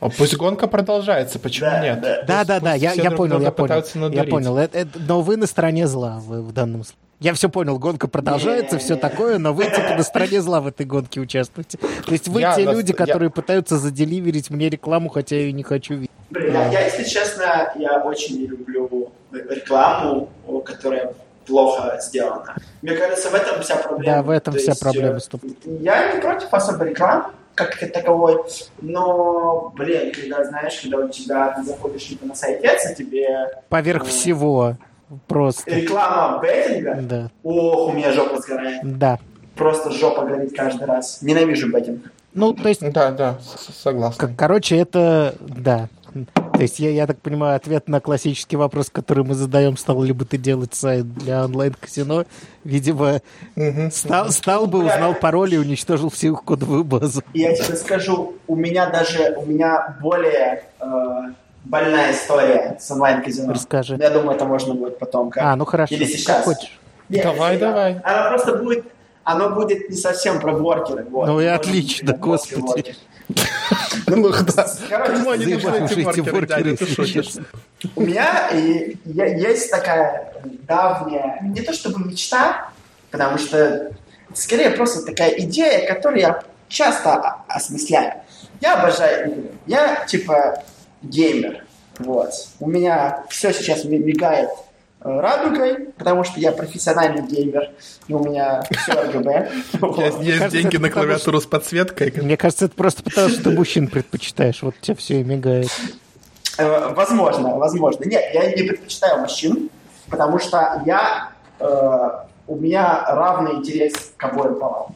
А пусть гонка продолжается, почему Да, нет? да. Да, да, да, я, все я друг понял, друга я понял. пытаются Я надурить. понял. Это- это- но вы на стороне зла вы, в данном случае. Я все понял, гонка продолжается, все такое, но вы типа на стороне зла в этой гонке участвуете. То есть вы Я те на- люди, я- которые пытаются заделиверить мне рекламу, хотя я ее не хочу видеть. Блин, я, я, если честно, я очень не люблю рекламу, о, которая плохо сделана. Мне кажется, в этом вся проблема. Да, в этом То вся есть, проблема. э, Стоп. Я не против особо рекламы, как таковой, но, блин, когда, знаешь, когда у тебя, ты заходишь типа на сайтец, тебе Поверх э, всего просто. реклама беттинга, Да. ох, у меня жопа сгорает. Да. Просто жопа горит каждый раз. Ненавижу беттинг. Ну, то есть, Да, да, с- согласен. к- короче, это, да. То есть, я, я так понимаю, ответ на классический вопрос, который мы задаем, стал ли бы ты делать сайт для онлайн-казино, видимо, стал, стал бы, узнал пароль и уничтожил всю их кодовую базу. И я тебе скажу, у меня даже, у меня более э, больная история с онлайн-казино. Расскажи. Я думаю, это можно будет потом. Как... А, ну хорошо, Или как сейчас. хочешь. Нет, Давай, всегда. давай. Она просто будет, оно будет не совсем про воркеры. Вот. Ну и Может отлично, быть, про господи. воркеры. Ну да. Короче, Кому они заебали нужны, уже эти эти воркеры, воркеры, дядя, ты если шутишь? честно. У меня и, я- есть такая давняя, не то чтобы мечта, потому что скорее просто такая идея, которую я часто о- осмысляю. Я обожаю игры. Я типа геймер. Вот. У меня все сейчас ми- мигает э, радугой, потому что я профессиональный геймер, и у меня все эр гэ бэ. Вот. Есть, есть Кажется, деньги это на потому, клавиатуру с подсветкой. Мне кажется, это просто потому, что ты мужчин предпочитаешь. Вот у тебя все и мигает. Э, Возможно, возможно. Нет, я не предпочитаю мужчин, потому что я, э, у меня равный интерес к обоим полам.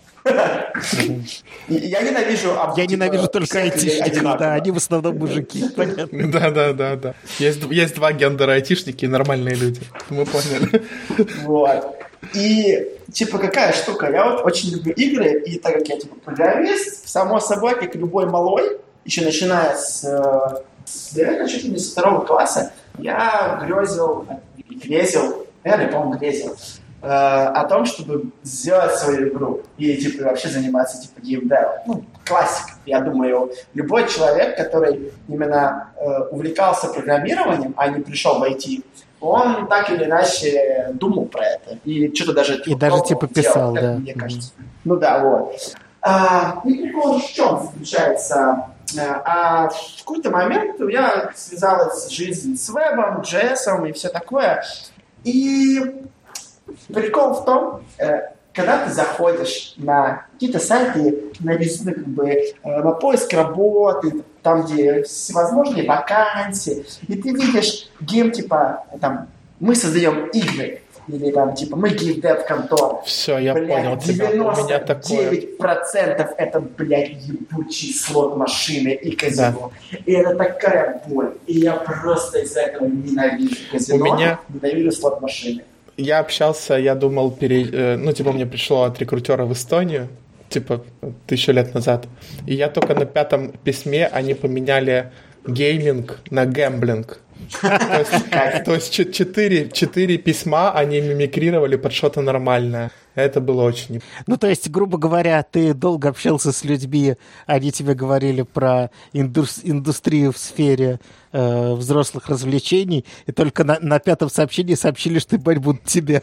И Я ненавижу... об- Я типа, ненавижу только всех людей айтишников, одинаково. да, они в основном мужики. Понятно. Да, да, да, да. Есть, есть два гендера айтишники и нормальные люди. Мы поняли. Вот. И, типа, какая штука? Я вот очень люблю игры, и так как я, типа, программист, само собой, как и любой малой, еще начиная с, э, с наверное, чуть ли не со второго класса, я грезил, грезил, наверное, по-моему, грезил, э, о том, чтобы сделать свою игру и, типа, вообще заниматься, типа, геймдевом. Ну, классика. Я думаю, любой человек, который именно э, увлекался программированием, а не пришел в ай ти, он так или иначе думал про это. И что-то даже... И даже, типа, писал, делал, как да. мне кажется. Ну да, вот. А, и прикол в чем заключается? А в какой-то момент я связалась жизнь с вебом, джей эс и все такое. И прикол в том, э, когда ты заходишь на какие-то сайты, на, рез- ну, как бы, э, на поиск работы, там, где всевозможные вакансии, и ты видишь гейм, типа, там, мы создаем игры, или там, типа, мы геймдев-контора. Все, я Блядь, понял тебя. У меня такое. девяносто девять процентов это, блядь, ебучий слот машины и казино. И это такая боль. И я просто из-за этого ненавижу казино, У меня- ненавижу слот машины. Я общался, я думал, пере... э, ну, типа, мне пришло от рекрутера в Эстонию, типа, тысячу лет назад. И я только на пятом письме, они поменяли гейминг на гэмблинг. То есть, то есть чет- четыре, четыре письма они мимикрировали под что-то нормальное. Это было очень... Ну, то есть, грубо говоря, ты долго общался с людьми, они тебе говорили про индус- индустрию в сфере э, взрослых развлечений, и только на, на пятом сообщении сообщили, что ебать будут тебя.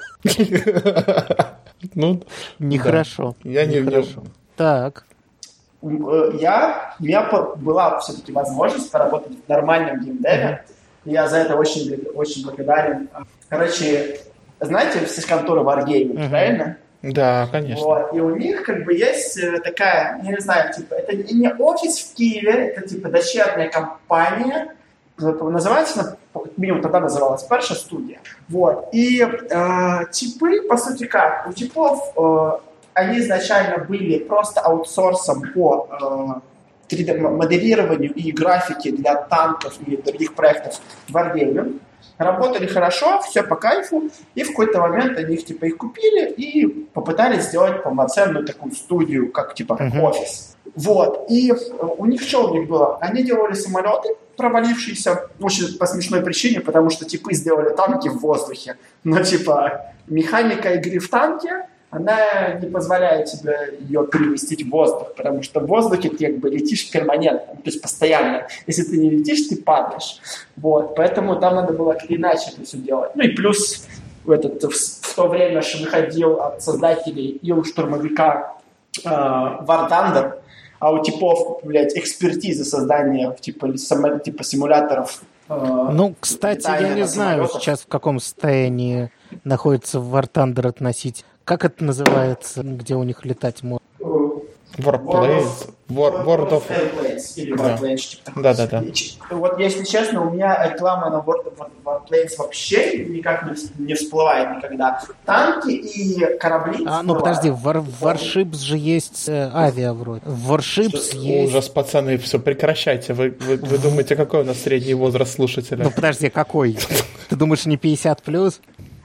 Ну, Нехорошо. я не Нехорошо. Так. Э, Я, у меня по- была все-таки возможность поработать в нормальном геймдеве. И я за это очень, бл- очень благодарен. Короче, знаете, все конторы Wargaming, Мгм. правильно? да, конечно. Вот. И у них как бы есть э, такая, я не знаю, типа, это не не офис в Киеве, это типа дочерняя компания, э, называется, она, как минимум тогда называлась, Перша студия. Вот. И э, типы, по сути как, у типов э, они изначально были просто аутсорсом по э, три дэ-моделированию и графике для танков и других проектов в Wargaming. Работали хорошо, все по кайфу, и в какой-то момент они их типа их купили и попытались сделать полноценную такую студию, как типа как Мгм. офис. Вот. И э, у них что у них было? Они делали самолеты, провалившиеся, очень по смешной причине, потому что типы сделали танки в воздухе. Но типа механика игры в танке, она не позволяет тебе ее переместить в воздух, потому что в воздухе ты как бы летишь перманентно, то есть постоянно. Если ты не летишь, ты падаешь. Вот, поэтому там надо было как-то иначе это все делать. Ну и плюс в, этот, в, в то время что выходил от создателей ил-штурмовика э, War Thunder, а у типов, блядь, экспертиза создания типа, само, типа симуляторов. Э, ну, кстати, я не знаю сейчас, в каком состоянии находится War Thunder относить. Как это называется, где у них летать можно? Warplanes, War, World of Warplanes или Warplanes. Да, да, да. Вот, если честно, у меня реклама на World of Warplanes вообще никак не, не всплывает никогда. Танки и корабли. А, ну подожди, в War, Warships же есть э, авиа вроде. В Warships Что? есть... Ужас, пацаны, все, прекращайте. Вы, вы, вы думаете, какой у нас средний возраст слушателя? Ну подожди, какой? Ты думаешь, не пятьдесят плюс?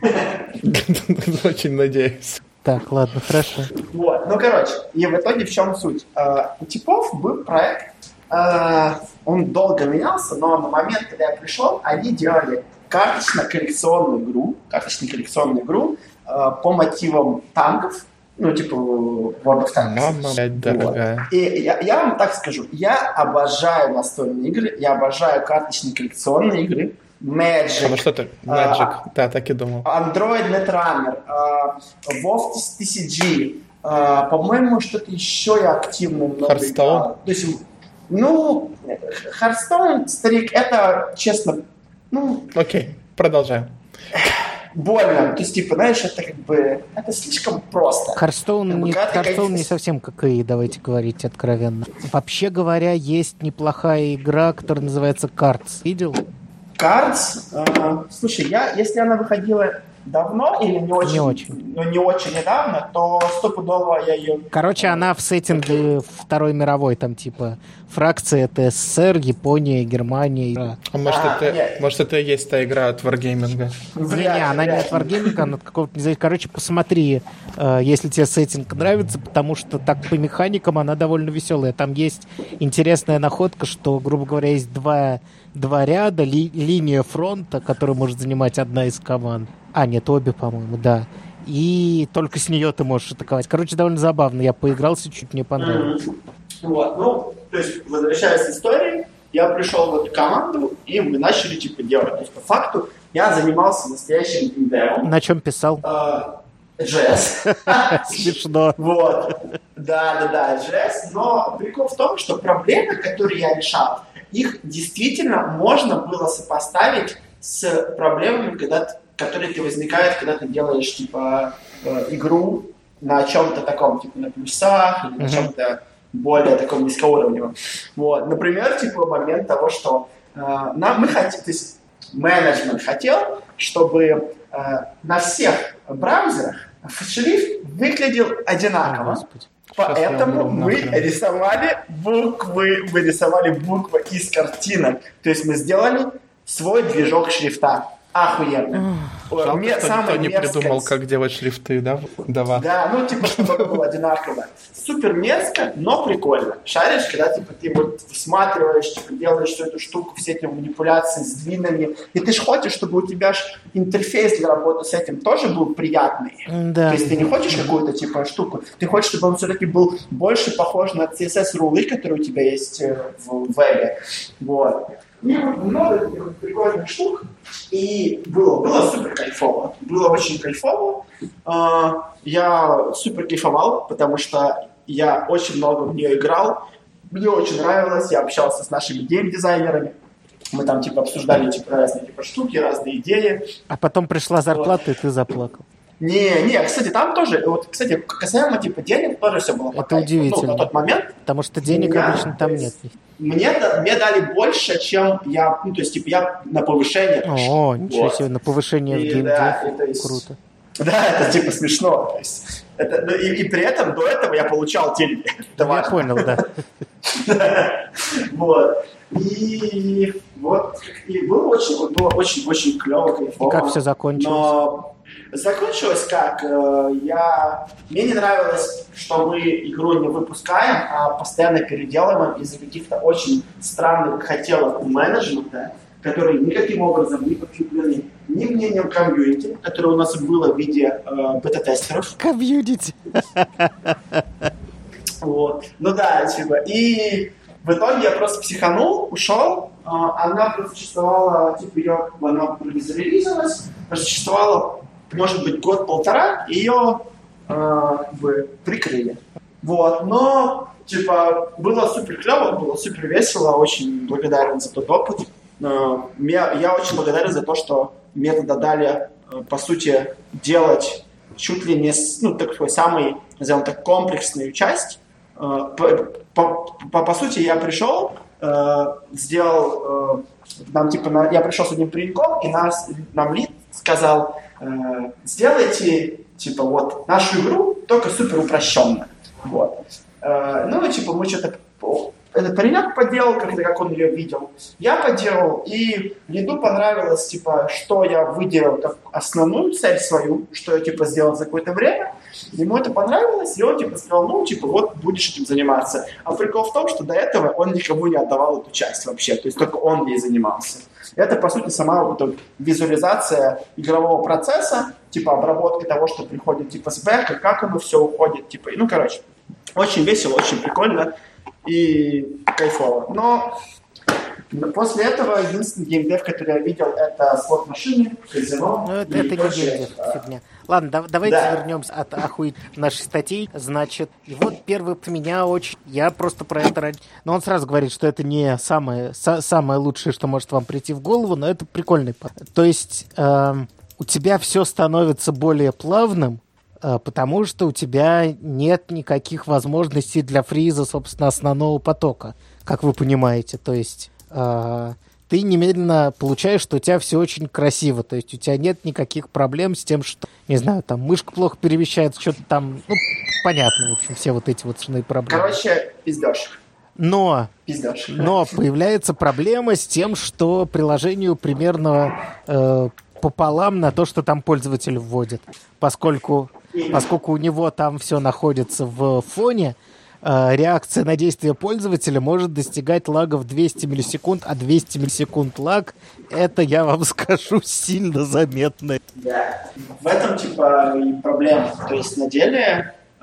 Очень надеюсь. Так, ладно, хорошо. Вот, ну, короче, и в итоге в чем суть? Uh, у типов был проект, uh, он долго менялся, но на момент, когда я пришел, они делали карточно-коллекционную игру, карточно-коллекционную игру uh, по мотивам танков, ну, типа World of Tanks. Мама, блядь, дорогая. Вот. И я, я вам так скажу, я обожаю настольные игры, я обожаю карточно-коллекционные игры, Magic. А что-то? Magic, uh, да, так и думал. Android Netrunner, uh, WoW ти си джи, uh, по-моему, что-то еще я активно много Hearthstone? играл. То есть, ну, Hearthstone, старик, это, честно, ну... Окей, продолжаем. Больно. То есть, типа, знаешь, это как бы... Это слишком просто. Hearthstone, как не, бы, Hearthstone не совсем как и, давайте говорить откровенно. Вообще говоря, есть неплохая игра, которая называется Cards. Видел? Cards, э, слушай, я, если она выходила давно или не очень, не очень. Ну, не очень недавно, то стопудово я ее... Короче, она в сеттинге Второй мировой, там типа фракции это СССР, Япония, Германия. А может, А, это, нет. может это и есть та игра от Wargaming? Не-не, она не от Wargaming, она от какого-то, не знаю, короче, посмотри, э, если тебе сеттинг нравится, потому что так по механикам она довольно веселая. Там есть интересная находка, что, грубо говоря, есть два, два ряда, ли, линия фронта, которую может занимать одна из команд. А, нет, обе, по-моему, да. И только с нее ты можешь атаковать. Короче, довольно забавно. Я поигрался, чуть мне понравилось. Mm-hmm. Вот, ну, то есть, возвращаясь к истории, я пришел в эту команду, и мы начали, типа, делать. То есть, по факту, я занимался настоящим геймдевом. На чем писал? джей эс. Смешно. Вот. Да-да-да, джей эс. Но прикол в том, что проблемы, которые я решал, их действительно можно было сопоставить с проблемами, когда, которые ты возникают, когда ты делаешь, типа, игру на чем-то таком, типа, на плюсах или на uh-huh. чем-то более таком низкоуровневом. Вот. Например, типа, момент того, что э, нам, мы хотим, то есть менеджмент хотел, чтобы э, на всех браузерах шрифт выглядел одинаково. Господи. Поэтому мы рисовали буквы, мы рисовали буквы из картинок. То есть мы сделали свой движок шрифта. Охуенно. Жалко, Мне, что никто не мерзкость. придумал, как делать шрифты, да? Дава. Да, ну, типа, чтобы это было одинаково. Супер мерзко, но прикольно. Шаришь, когда, типа, ты вот всматриваешь, типа, делаешь всю эту штуку, все эти манипуляции с длинами, и ты же хочешь, чтобы у тебя ж интерфейс для работы с этим тоже был приятный. Да. То есть ты не хочешь какую-то, типа, штуку, ты хочешь, чтобы он все-таки был больше похож на си эс эс-рулы, которые у тебя есть в вебе. Вот. И много таких прикольных штук, и было, было супер кайфово. Было очень кайфово. Я супер кайфовал, потому что я очень много в нее играл. Мне очень нравилось, я общался с нашими гейм-дизайнерами. Мы там типа обсуждали типа разные типа штуки, разные идеи. А потом пришла зарплата, вот. И ты заплакал. Не, не, кстати, там тоже, вот, кстати, касаемо типа денег тоже все было. Это удивительно. Ну, на тот момент. Потому что денег меня, обычно там нет. Мне, мне дали больше, чем я, ну, то есть, типа, я на повышение пришел. О, ничего вот. себе, на повышение и, в геймдев. Да, есть, круто. Да, это типа смешно. То есть, это, ну, и, и при этом до этого я получал деньги. Я понял, да. Вот. И вот, и было очень, было очень-очень клево, кайфово. И как все закончилось? Но закончилось как? Я... Мне не нравилось, что мы игру не выпускаем, а постоянно переделываем из-за каких-то очень странных хотелок у менеджмента, которые никаким образом не подкреплены ни ни мнением комьюнити, которое у нас было в виде э, бета-тестеров. Комьюнити. Вот. Ну да, типа. И в итоге я просто психанул, ушел. Э, она просуществовала, типа, ее, она зарелизилась, просуществовала, может быть, год-полтора, и ее э, как бы прикрыли. Вот. Но, типа, было супер клево, было супер весело, очень благодарен за тот опыт. Э, я, я очень благодарен за то, что мне тогда дали, э, по сути, делать чуть ли не, ну, такой самый, назовем так, комплексную часть. По, по, по, по сути, я пришел, э, сделал, э, нам, типа, на, я пришел с одним пареньком, и нас, нам лид сказал, э, сделайте, типа, вот, нашу игру, только супер упрощенно. Вот. Э, ну, и, типа, мы что-то, этот паренек поделал, как-то, как он ее видел, я поделал, и лиду понравилось, типа, что я выделил как основную цель свою, что я, типа, сделал за какое-то время. Ему это понравилось, и он, типа, сказал, ну, типа, вот, будешь этим заниматься. А прикол в том, что до этого он никому не отдавал эту часть вообще, то есть только он ей занимался. Это, по сути, сама вот эта визуализация игрового процесса, типа, обработка того, что приходит, типа, с бэка, как оно все уходит, типа, ну, короче, очень весело, очень прикольно и кайфово. Но после этого единственный геймдев, который я видел, это слот-машины, казино. Ну, это, это не геймдев, фигня. Ладно, да, давайте да. вернемся от охуеть нашей статьи. Значит, и вот первый от меня очень... Я просто про это... ради. Но он сразу говорит, что это не самое, са- самое лучшее, что может вам прийти в голову, но это прикольный. То есть э, у тебя все становится более плавным, э, потому что у тебя нет никаких возможностей для фриза, собственно, основного потока, как вы понимаете. То есть... Э, ты немедленно получаешь, что у тебя все очень красиво. То есть у тебя нет никаких проблем с тем, что, не знаю, там мышка плохо перемещается, что-то там, ну, понятно, в общем, все вот эти вот основные проблемы. Короче, пиздёж. Но, пиздёж. но появляется проблема с тем, что приложению примерно э, пополам на то, что там пользователь вводит. Поскольку, поскольку у него там все находится в фоне, реакция на действие пользователя может достигать лагов двести миллисекунд, а двести миллисекунд лаг, это, я вам скажу, сильно заметно. Да, в этом, типа, и проблема. То есть, на деле, э,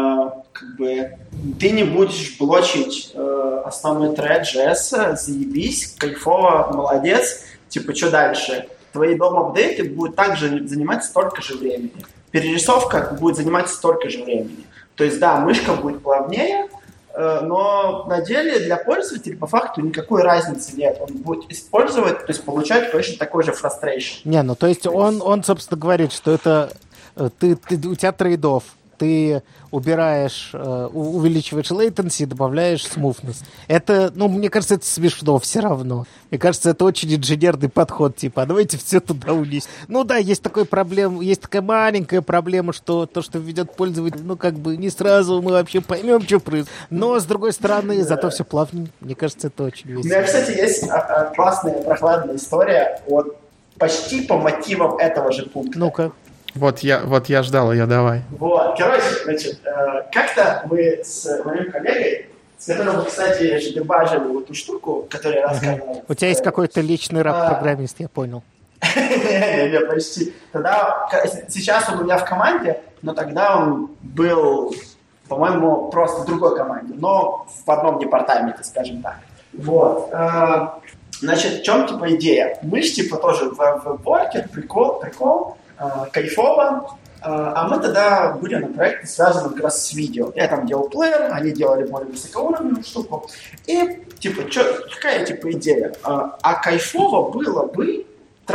как бы, ты не будешь блочить э, основной тред джей эс, заебись, кайфово, молодец, типа, что дальше? Твои дом-апдейты будут также занимать столько же времени. Перерисовка будет занимать столько же времени. То есть, да, мышка будет плавнее, э, но на деле для пользователя по факту никакой разницы нет. Он будет использовать, то есть получать точно такой же frustration. Не, ну то есть он, он собственно, говорит, что это ты, ты, у тебя трейд-офф. Ты убираешь, э, увеличиваешь latency, добавляешь smoothness. Это, ну, мне кажется, это смешно все равно. Мне кажется, это очень инженерный подход, типа, а давайте все туда унести. Ну да, есть такая проблема, есть такая маленькая проблема, что то, что ведет пользователь, ну, как бы не сразу мы вообще поймем, что происходит. Но, с другой стороны, зато все плавненько. Мне кажется, это очень весело. У меня, кстати, есть классная, прохладная история вот почти по мотивам этого же пункта. Ну-ка. Вот я, вот я ждал ее, давай. Вот, короче, значит, э, как-то мы с моим коллегой, с которым мы, кстати, же дебажили вот эту штуку, которую я рассказывал. У тебя есть какой-то личный раб-программист, я понял. Не-не-не, почти. Тогда, сейчас он у меня в команде, но тогда он был, по-моему, просто в другой команде, но в одном департаменте, скажем так. Вот. Значит, в чем, типа, идея? Мы же, типа, тоже в веб-ворке, прикол, прикол, кайфово, а мы тогда были на проекте, связанном как раз с видео. Я там делал плеер, они делали более высокоуровневую штуку. И, типа, чё, какая, типа, идея? А кайфово было бы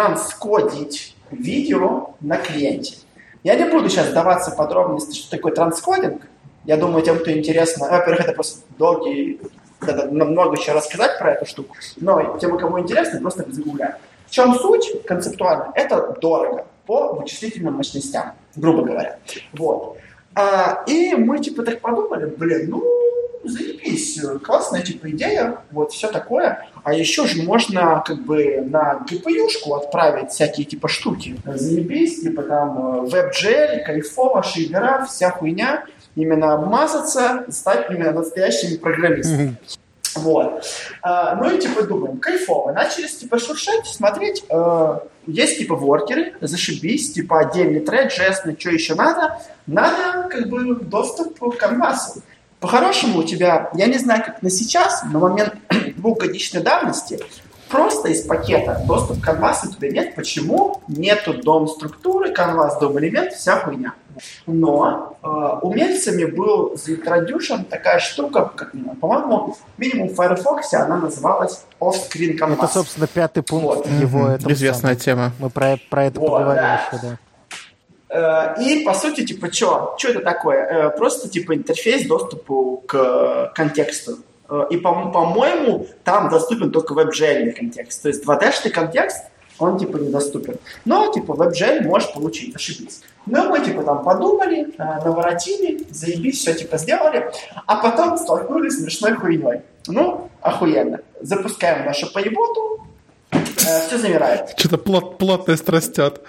транскодить видео на клиенте. Я не буду сейчас вдаваться в подробности, что такое транскодинг. Я думаю, тем, кто интересно, во-первых, это просто долгий, надо много еще рассказать про эту штуку, но тем, кому интересно, просто загугляют. В чем суть концептуально? Это дорого по вычислительным мощностям, грубо говоря. Вот. А, и мы типа так подумали, блин, ну, заебись, классная типа идея, вот все такое. А еще же можно как бы на джи пи ю-шку отправить всякие типа штуки. Заебись, типа там WebGL, кайфово, шейдера, вся хуйня. Именно обмазаться, стать именно настоящими программистами. Вот. А, ну и типа думаем, кайфово. Начали типа шуршать, смотреть. Э, есть типа воркеры, зашибись, типа отдельный тред, джест, что еще надо. Надо как бы доступ к канвасу. По-хорошему у тебя, я не знаю, как на сейчас, на момент двухгодичной давности, просто из пакета доступ к канвасу у тебя нет. Почему? Нету дом структуры, канвас, дом элемент, вся хуйня. Но э, умельцами был заинтродюшен такая штука, как, по-моему, минимум в Firefox она называлась Off-Screen Canvas. Это, собственно, пятый пункт вот. его. Mm-hmm. Известная самого. тема. Мы про, про это вот, поговорили да. еще, да. Э, и, по сути, типа, что? Что это такое? Э, просто, типа, интерфейс доступу к контексту. Э, и, по- по-моему, там доступен только веб-джей контекст. То есть два дэ-шный контекст, он, типа, недоступен. Но, типа, веб-джей можешь получить, ошибись. Ну, мы, типа, там подумали, э, наворотили, заебись, все, типа, сделали, а потом столкнулись с смешной хуйней. Ну, охуенно. Запускаем нашу поеботу, э, все замирает. Что-то плот, плотность растет.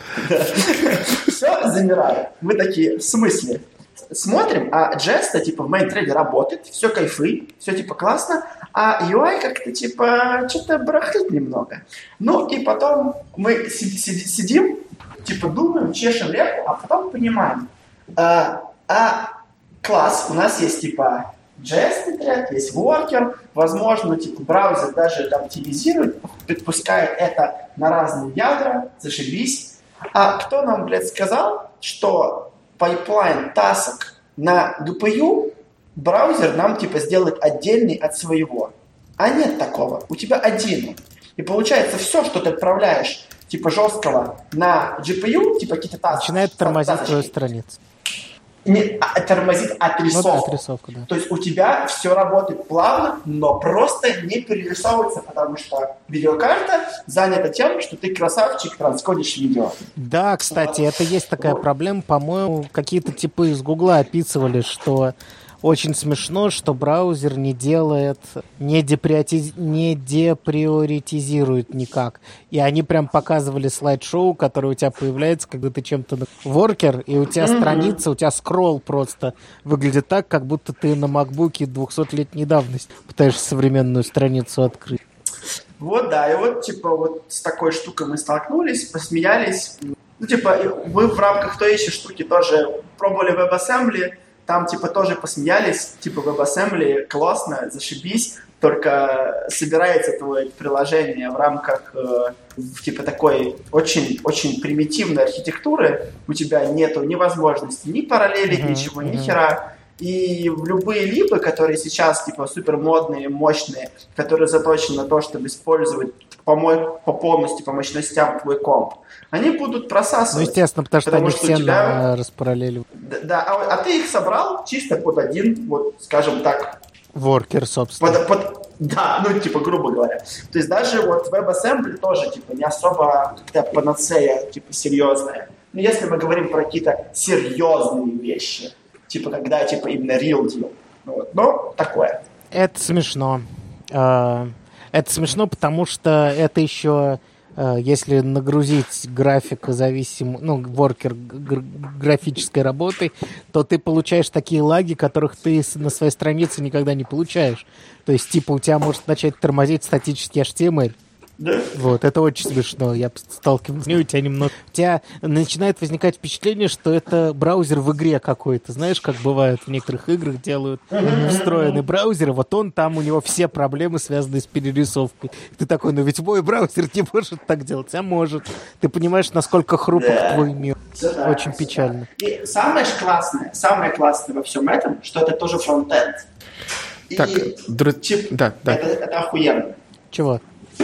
Все замирает. Мы такие, в смысле? Смотрим, а Jest, типа, в мейн-треде работает, все кайфы, все, типа, классно, а ю ай как-то, типа, что-то барахлит немного. Ну, и потом мы сидим, типа, думаем, чешем репу, а потом понимаем, а, а класс, у нас есть, типа, Jest тред, есть worker, возможно, типа, браузер даже это оптимизирует, предпускает это на разные ядра, зашибись. А кто нам, блядь, сказал, что пайплайн тасок на джи пи ю браузер нам, типа, сделает отдельный от своего? А нет такого. У тебя один. И получается, все, что ты отправляешь, типа, жесткого на джи пи ю, типа, какие-то таски. Начинает тормозить тасочки, твою страницу. Не, а, тормозит отрисовку. Ну да, отрисовку, да. То есть у тебя все работает плавно, но просто не перерисовывается, потому что видеокарта занята тем, что ты, красавчик, транскодишь видео. Да, кстати, это есть такая проблема. По-моему, какие-то типы из Гугла описывали, что очень смешно, что браузер не делает, не, деприоти... не деприоритизирует никак. И они прям показывали слайд-шоу, которое у тебя появляется, когда ты чем-то... Воркер, и у тебя mm-hmm. страница, у тебя скролл просто выглядит так, как будто ты на макбуке двухсотлетней давности пытаешься современную страницу открыть. Вот, да, и вот, типа, вот с такой штукой мы столкнулись, посмеялись. Ну, типа, вы в рамках той еще штуки тоже пробовали WebAssembly, там, типа, тоже посмеялись, типа, WebAssembly классно, зашибись, только собирается твое приложение в рамках, э, типа, такой очень, очень примитивной архитектуры, у тебя нету ни возможности ни параллелить, mm-hmm. ничего, ни mm-hmm. хера, и в любые либы, которые сейчас, типа, супер модные, мощные, которые заточены на то, чтобы использовать по, мой, по полностью, по мощностям твой комп, они будут просасывать. Ну, естественно, потому что потому они что все тебя... распараллеливают. Да, да а, а ты их собрал чисто под один, вот, скажем так... Воркер, собственно. Под, под, да, ну, типа, грубо говоря. То есть даже вот WebAssembly тоже, типа, не особо как-то панацея, типа, серьезная. Но если мы говорим про какие-то серьезные вещи, типа, когда, типа, именно real deal. Вот. Но такое. Это смешно. Это смешно, потому что это еще... Если нагрузить графикозависимую, ну, воркер графической работой, то ты получаешь такие лаги, которых ты на своей странице никогда не получаешь. То есть, типа, у тебя может начать тормозить статический эйч ти эм эль. Да. Вот, это очень смешно. Я сталкиваюсь с ним, у тебя немного... У тебя начинает возникать впечатление, что это браузер в игре какой-то. Знаешь, как бывает в некоторых играх делают встроенный браузер, вот он там, у него все проблемы, связанные с перерисовкой. Ты такой, ну ведь мой браузер не может так делать, а может. Ты понимаешь, насколько хрупок да. твой мир. Все очень так, печально. Так. И самое классное, самое классное во всем этом, что это тоже фронтенд. Так, и, дру... тип, да, да. Это, это охуенно. Чего?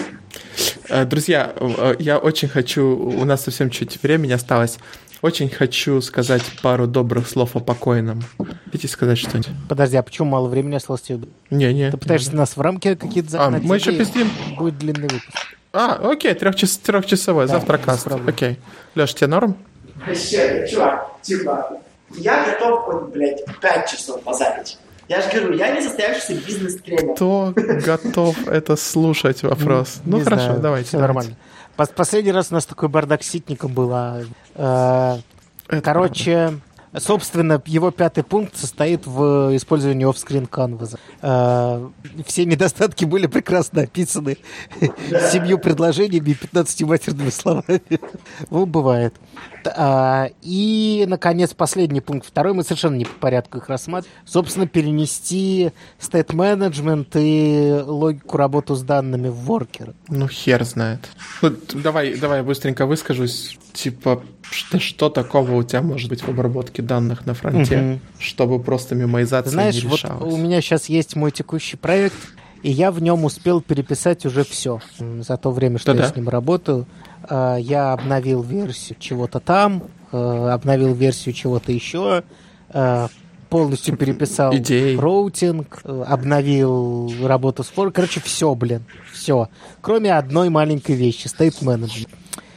Друзья, я очень хочу, у нас совсем чуть времени осталось, очень хочу сказать пару добрых слов о покойном. Хотите сказать что-нибудь? Подожди, а почему мало времени осталось тебе? Не, не. Ты пытаешься не, нас в рамки какие-то загнать? А, мы еще пиздим. Будет длинный выпуск. А, окей, трехчас, трехчасовой, да, завтра каст. Окей. Леш, тебе норм? Вообще, чувак, типа, я готов хоть, блядь, пять часов позарить. Я же говорю, я не состоявшийся бизнес-тренер. Кто готов это слушать? Вопрос. Ну, не хорошо, знаю, давайте. Все нормально. Последний раз у нас такой бардак с ситником был. Короче, Собственно, его пятый пункт состоит в использовании оффскрин канваса. Все недостатки были прекрасно описаны семью предложениями и пятнадцатью матерными словами. Ну, бывает. И, наконец, последний пункт. Второй мы совершенно не по порядку их рассматриваем. Собственно, перенести стейт-менеджмент и логику работы с данными в воркер. Ну, хер знает. Ну, давай, давай я быстренько выскажусь. Типа, что, что такого у тебя может быть в обработке данных на фронте, угу. чтобы просто мемоизация Знаешь, не решалась? Вот у меня сейчас есть мой текущий проект, и я в нем успел переписать уже все за то время, что Да-да. я с ним работаю. Я обновил версию чего-то там, обновил версию чего-то еще, полностью переписал Идеи. роутинг, обновил работу с фор. Короче, все, блин, все. Кроме одной маленькой вещи, state management.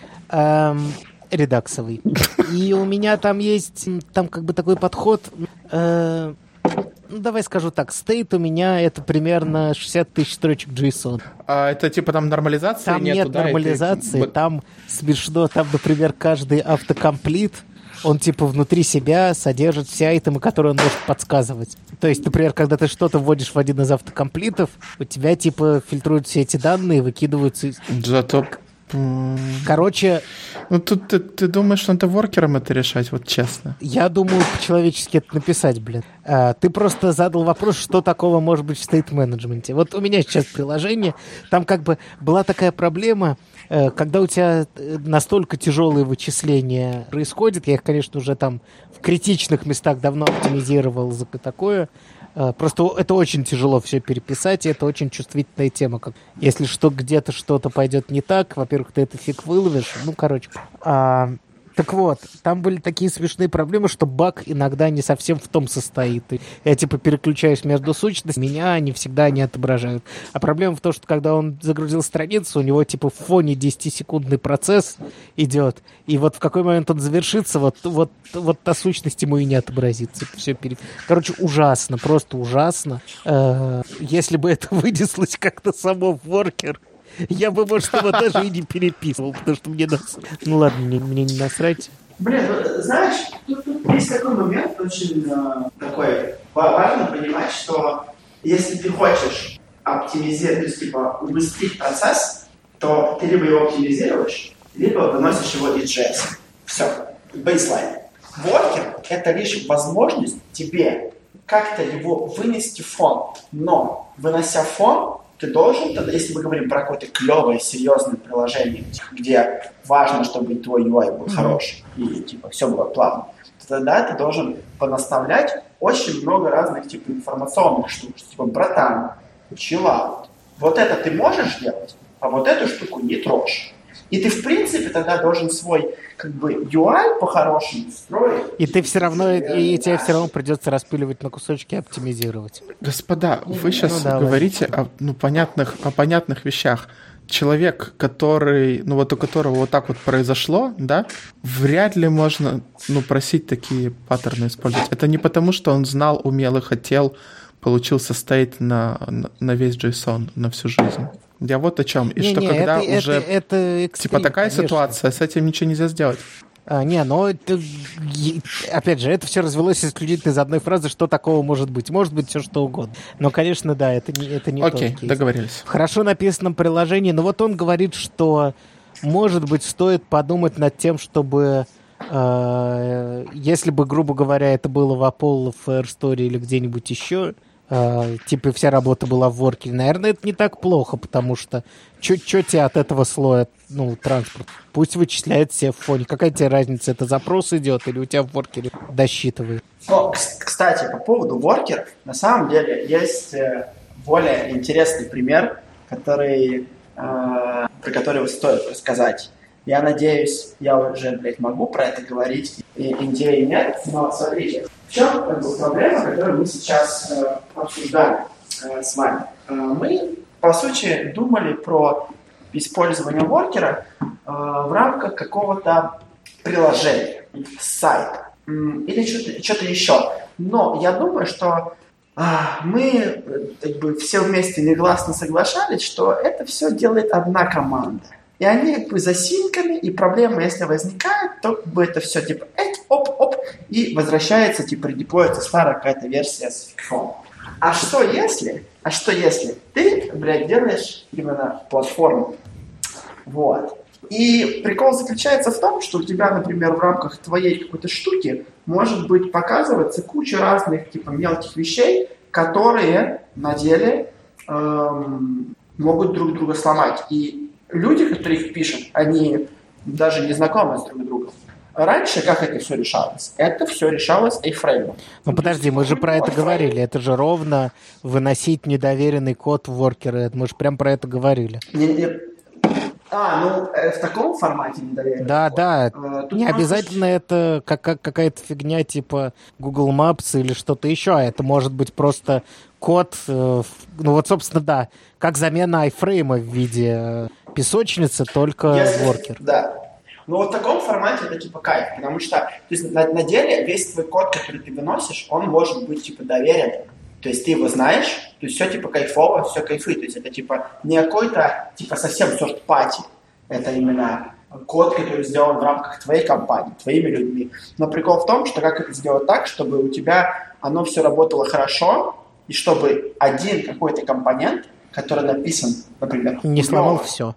Эм, редаксовый. И у меня там есть, там как бы такой подход, э, ну, давай скажу так, state у меня это примерно шестьдесят тысяч строчек JSON. А это типа там нормализации там нету, нет да? нормализации, ты... там смешно, там, например, каждый автокомплит, он типа внутри себя содержит все айтемы, которые он может подсказывать. То есть, например, когда ты что-то вводишь в один из автокомплитов, у тебя типа фильтруют все эти данные, выкидываются... Зато... Короче... Ну, тут ты, ты думаешь, что надо воркером это решать, вот честно? Я думаю, по-человечески это написать, блин. А, ты просто задал вопрос, что такого может быть в стейт-менеджменте. Вот у меня сейчас приложение, там как бы была такая проблема, когда у тебя настолько тяжелые вычисления происходят, я их, конечно, уже там в критичных местах давно оптимизировал за такое. Просто это очень тяжело все переписать, и это очень чувствительная тема. Как если что, где-то что-то пойдет не так, во-первых, ты это фиг выловишь. Ну, короче. А, так вот, там были такие смешные проблемы, что баг иногда не совсем в том состоит. Я типа переключаюсь между сущностями, меня они всегда не отображают. А проблема в том, что когда он загрузил страницу, у него типа в фоне десятисекундный процесс идет, и вот в какой момент он завершится, вот, вот, вот та сущность ему и не отобразится. Все пере... Короче, ужасно, просто ужасно. Э-э- если бы это вынеслось как-то само в воркер, я бы, может, его даже и не переписывал, потому что мне нас... Ну ладно, мне, мне не насрать. Блин, ну, знаешь, тут, тут есть такой момент очень э, такой важно понимать, что если ты хочешь оптимизировать, то есть типа убыстрить процесс, то ты либо его оптимизируешь, либо выносишь его из джей эс. Все, бейслайн. Воркер — это лишь возможность тебе как-то его вынести в фон. Но, вынося фон, ты должен, тогда, если мы говорим про какое-то клевое, серьезное приложение, где важно, чтобы твой ю ай был mm-hmm. хороший и типа все было плавно, то тогда ты должен понаставлять очень много разных типа информационных штук, типа братан, чилаут. Вот это ты можешь делать, а вот эту штуку не трожь. И ты, в принципе, тогда должен свой как бы ю ай по-хорошему строить. И ты все равно, и, и тебе все равно придется распиливать на кусочки и оптимизировать. Господа, вы сейчас ну, говорите о, ну, понятных, о понятных вещах. Человек, который, ну вот у которого вот так вот произошло, да, вряд ли можно, ну, просить такие паттерны использовать. Это не потому, что он знал, умел и хотел, получился стейт на, на, на весь JSON, на всю жизнь. Я вот о чем. И не, что не, когда это, уже это, это экстрим, типа такая конечно. Ситуация, с этим ничего нельзя сделать. А, не, но это, опять же, это все развелось исключительно из одной фразы, что такого может быть. Может быть все что угодно. Но, конечно, да, это не, это не Окей, тот кейс. Договорились. В хорошо написанном приложении, но вот он говорит, что, может быть, стоит подумать над тем, чтобы, э, если бы, грубо говоря, это было в Apollo, в Airstory или где-нибудь еще, Uh, типа вся работа была в воркере. Наверное, это не так плохо, потому что что тебе от этого слоя, ну, транспорт? Пусть вычисляет все в фоне. Какая тебе разница, это запрос идет или у тебя в воркере досчитывает? Ну, кстати, по поводу воркеров, на самом деле есть более интересный пример, который, э, про который стоит рассказать. Я надеюсь, я уже, блядь, могу про это говорить, и идеи нет, но смотрите. В чем как бы, проблема, которую мы сейчас э, обсуждали э, с вами? Э, мы, по сути, думали про использование воркера э, в рамках какого-то приложения, сайта э, или что-то, что-то еще. Но я думаю, что э, мы как бы, все вместе негласно соглашались, что это все делает одна команда. И они как бы за синками, и проблема, если возникает, то как бы это все типа эти, оп-оп, и возвращается, типа, редеплоится старая какая-то версия с фиксом. А что если, а что если ты, блядь, делаешь именно платформу? Вот. И прикол заключается в том, что у тебя, например, в рамках твоей какой-то штуки может быть показываться куча разных, типа, мелких вещей, которые на деле эм, могут друг друга сломать. И люди, которые их пишут, они даже не знакомы с друг другом. Раньше как это все решалось? Это все решалось A-фреймом. Ну подожди, мы же про это говорили. Это же ровно выносить недоверенный код в воркеры. Мы же прям про это говорили. Не, не... А, ну в таком формате недоверенный Да, код. да. Тут не просто... обязательно это как, как, какая-то фигня типа Google Maps или что-то еще. А это может быть просто код. Э, ну вот, собственно, да. Как замена айфрейма в виде э, песочницы, только Если... в воркер. Да. Но вот в таком формате это типа кайф, потому что то есть, на, на деле весь твой код, который ты выносишь, он может быть типа доверенным. То есть ты его знаешь, то есть все типа кайфово, все кайфы. То есть это типа не какой-то типа совсем third-party. Это именно код, который сделан в рамках твоей компании, твоими людьми. Но прикол в том, что как это сделать так, чтобы у тебя оно все работало хорошо, и чтобы один какой-то компонент, который написан, например, не сломал все.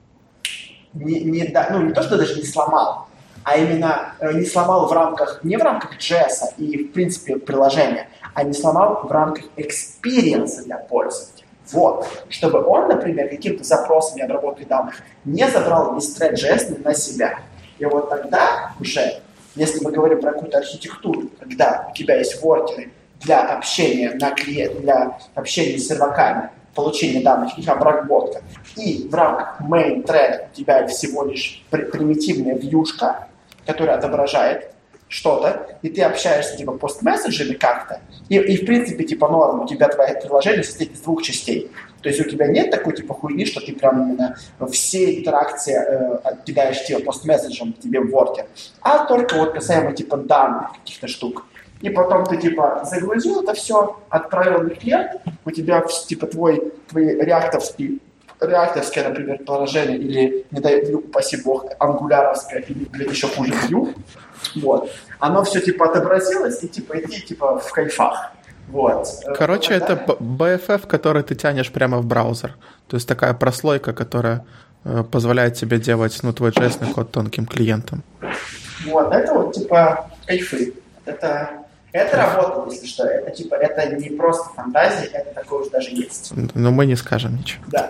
Не, не, да, ну, не то, что даже не сломал, а именно э, не сломал в рамках, не в рамках джей эс и, в принципе, приложения, а не сломал в рамках экспириенса для пользователя. Вот. Чтобы он, например, каким-то запросами обработки данных не забрал весь тред джей эс на себя. И вот тогда уже, если мы говорим про какую-то архитектуру, когда у тебя есть воркеры для общения на клиент, для общения с серваками, получение данных, их обработка. И в рамках main thread у тебя всего лишь примитивная вьюшка, которая отображает что-то, и ты общаешься типа постмесседжами как-то, и, и в принципе типа норм, у тебя твое приложение состоит из двух частей. То есть у тебя нет такой типа хуйни, что ты прям именно все интеракции э, кидаешь типа постмесседжем тебе в воркер, а только вот касаемо типа данных каких-то штук. И потом ты, типа, загрузил это все, отправил на клиент, у тебя, типа, твой, твой реактовский, реактовское, например, приложение, или, не дай, упаси бог, ангуляровское, или, блин, еще хуже, Vue, вот, оно все, типа, отобразилось, и, типа, иди, типа, в кайфах. Вот. Короче, вот это би эф эф, который ты тянешь прямо в браузер. То есть такая прослойка, которая э, позволяет тебе делать, ну, твой джей эс-ный код тонким клиентом. Вот, это вот, типа, кайфы. Это... Это работает, если что. Это типа, это не просто фантазия, это такое уже даже есть. Но мы не скажем ничего. Да.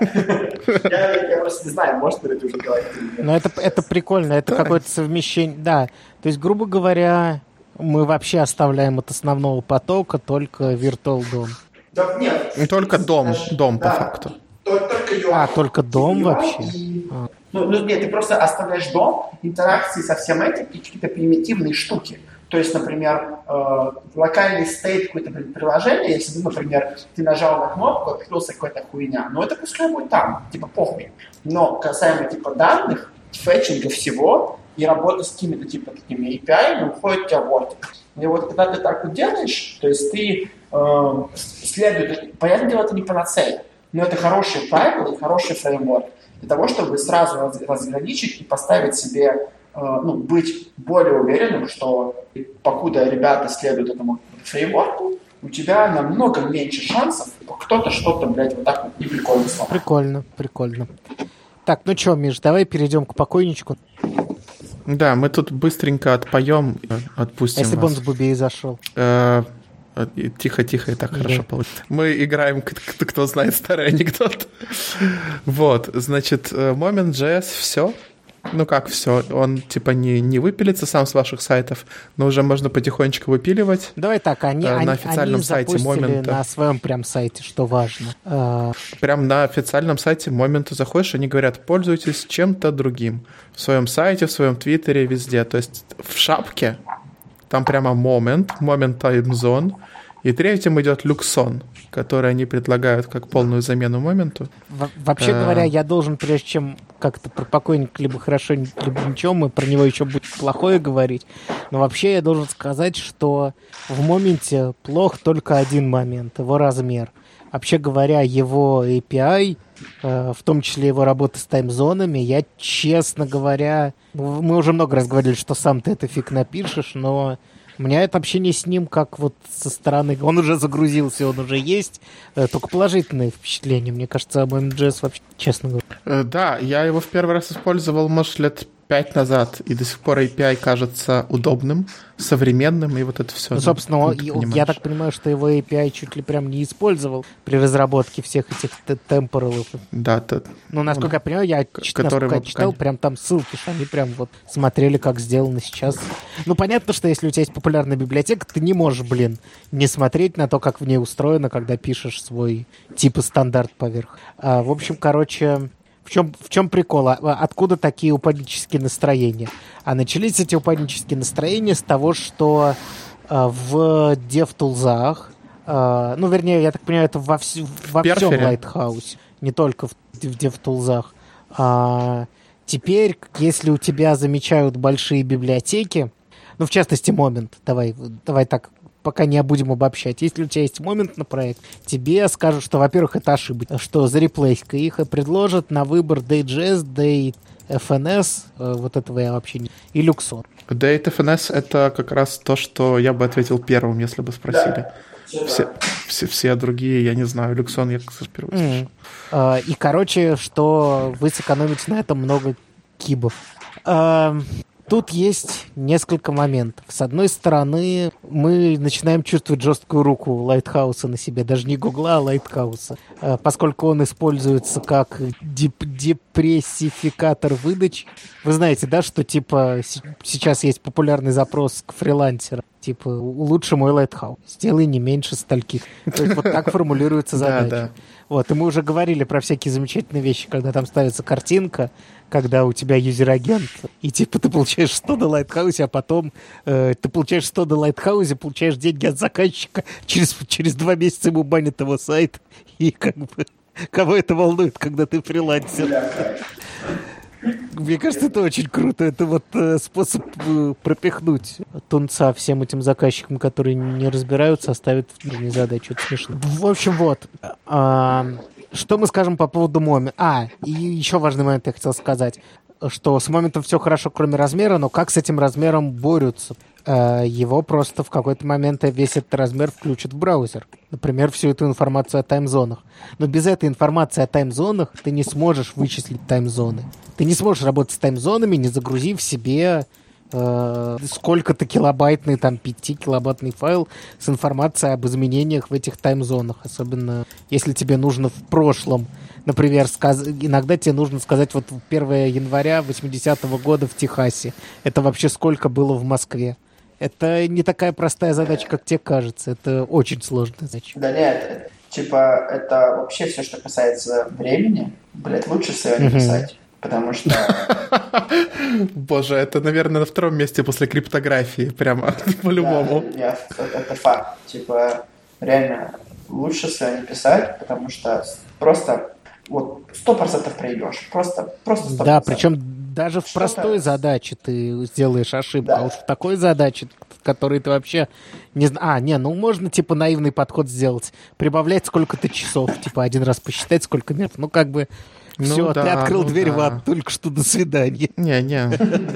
Я просто не знаю, может ли это уже говорить. Но это, это прикольно, это какое-то совмещение. Да, то есть, грубо говоря, мы вообще оставляем от основного потока только Virtual дом. Да нет. Только дом, дом по факту. Только ю ай. А, только дом вообще? Ну, ну, нет, ты просто оставляешь дом, интеракции со всем этим и какие-то примитивные штуки. То есть, например, э, локальный стейт какое-то приложение, если, ну, например, ты нажал на кнопку, открылся какая-то хуйня, ну, это пускай будет там, типа, похуй. Но касаемо, типа, данных, фетчинга всего и работы с какими-то, типа, такими эй пи ай, уходит у тебя воркер. И вот когда ты так вот делаешь, то есть ты э, следует, понятное дело, это не панацея, но это хорошие правила и хороший фреймворк для того, чтобы сразу раз, разграничить и поставить себе, ну, быть более уверенным, что покуда ребята следуют этому фреймворку, у тебя намного меньше шансов, кто-то что-то, блядь, вот так вот неприкольно сломает. Прикольно, прикольно. Так, ну что, Миш, давай перейдем к покойничку. Да, мы тут быстренько отпоем, отпустим Если вас. бы он с Бубей зашел. Тихо-тихо, и так хорошо получится. Мы играем, кто знает старый анекдот. Вот, значит, Moment.js, все. Ну как все, он типа не, не выпилится сам с ваших сайтов, но уже можно потихонечку выпиливать. Давай так, они, на они, официальном они сайте запустили Момента. на своем прям сайте, что важно. Прям на официальном сайте Момента заходишь, они говорят, пользуйтесь чем-то другим. В своем сайте, в своем твиттере, везде. То есть в шапке там прямо Moment, Moment Time Zone. И третьим идет Люксон, который они предлагают как полную замену Моменту. Во- вообще А. говоря, я должен, прежде чем как-то про покойника либо хорошо, либо ничего, мы про него еще будет плохое говорить, но вообще я должен сказать, что в Моменте плох только один момент, его размер. Вообще говоря, его эй пи ай, э, в том числе его работа с таймзонами, я, честно говоря, мы уже много раз говорили, что сам ты это фиг напишешь, но У меня это общение с ним как вот со стороны... Он уже загрузился, он уже есть. Только положительные впечатления. Мне кажется, об эм джей эс вообще, честно говоря. Да, я его в первый раз использовал, может, лет пять назад, и до сих пор эй пи ай кажется удобным, современным, и вот это все. Ну, собственно, ну, я так понимаю, что его эй пи ай чуть ли прям не использовал при разработке всех этих темпоралов. Да. То, ну, насколько я понимаю, я, насколько я читал, прям там ссылки, что они прям вот смотрели, как сделано сейчас. Ну, понятно, что если у тебя есть популярная библиотека, ты не можешь, блин, не смотреть на то, как в ней устроено, когда пишешь свой типа стандарт поверх. А, в общем, короче... В чем, в чем прикол? Откуда такие упаднические настроения? А начались эти упаднические настроения с того, что э, в DevTools, э, ну, вернее, я так понимаю, это во, вс- во всем Lighthouse, не только в, в DevTools. А, теперь, если у тебя замечают большие библиотеки, ну, в частности, Moment, давай, давай так, пока не будем обобщать. Если у тебя есть момент на проект, тебе скажут, что, во-первых, это ошибка, что зареплейска их и предложат на выбор Date.js, Date.fns, вот этого я вообще не... и Luxor. Date.fns — это как раз то, что я бы ответил первым, если бы спросили. Да. Все, все, все другие, я не знаю, Luxon я впервые mm. uh, И, короче, что вы сэкономите на этом много кибов. Uh, Тут есть несколько моментов. С одной стороны, мы начинаем чувствовать жесткую руку Лайтхауса на себе, даже не Гугла, а Лайтхауса, поскольку он используется как деп- депрессификатор выдач. Вы знаете, да, что типа сейчас есть популярный запрос к фрилансерам, типа улучши мой Лайтхаус, сделай не меньше стольких. То есть вот так формулируется задача. Вот, и мы уже говорили про всякие замечательные вещи, когда там ставится картинка, когда у тебя юзер-агент, и типа ты получаешь сто на Лайтхаусе, а потом э, ты получаешь сто на Лайтхаусе, получаешь деньги от заказчика, через, через два месяца ему банят его сайт, и как бы кого это волнует, когда ты фрилансер? Мне кажется, это очень круто. Это вот э, способ э, пропихнуть тунца всем этим заказчикам, которые не разбираются, оставить в задачу. Это смешно. В общем, вот. А, что мы скажем по поводу момента? А, и еще важный момент я хотел сказать, что с моментом все хорошо, кроме размера, но как с этим размером борются? А, его просто в какой-то момент весь этот размер включат в браузер. Например, всю эту информацию о таймзонах. Но без этой информации о таймзонах ты не сможешь вычислить таймзоны. Ты не сможешь работать с таймзонами, не загрузив себе э, сколько-то килобайтный, там, пятикилобайтный файл с информацией об изменениях в этих таймзонах. Особенно, если тебе нужно в прошлом, например, сказ... иногда тебе нужно сказать, вот первого января восьмидесятого года в Техасе. Это вообще сколько было в Москве. Это не такая простая задача, как тебе кажется. Это очень сложная задача. Да нет, типа, это вообще все, что касается времени, блядь, лучше всего не писать. Потому что... Боже, это, наверное, на втором месте после криптографии, прямо по-любому. Да, это факт. Типа, реально, лучше всего не писать, потому что просто вот сто процентов проебешь. Просто, просто сто процентов. Да, причем даже в простой задаче ты сделаешь ошибку, да. А уж в такой задаче, в которой ты вообще не знаешь... А, не, ну можно, типа, наивный подход сделать. Прибавлять сколько-то часов, типа, один раз посчитать, сколько метров. Ну, как бы... Ну, все, да, ты открыл ну, дверь да. в ад, только что до свидания. Не-не.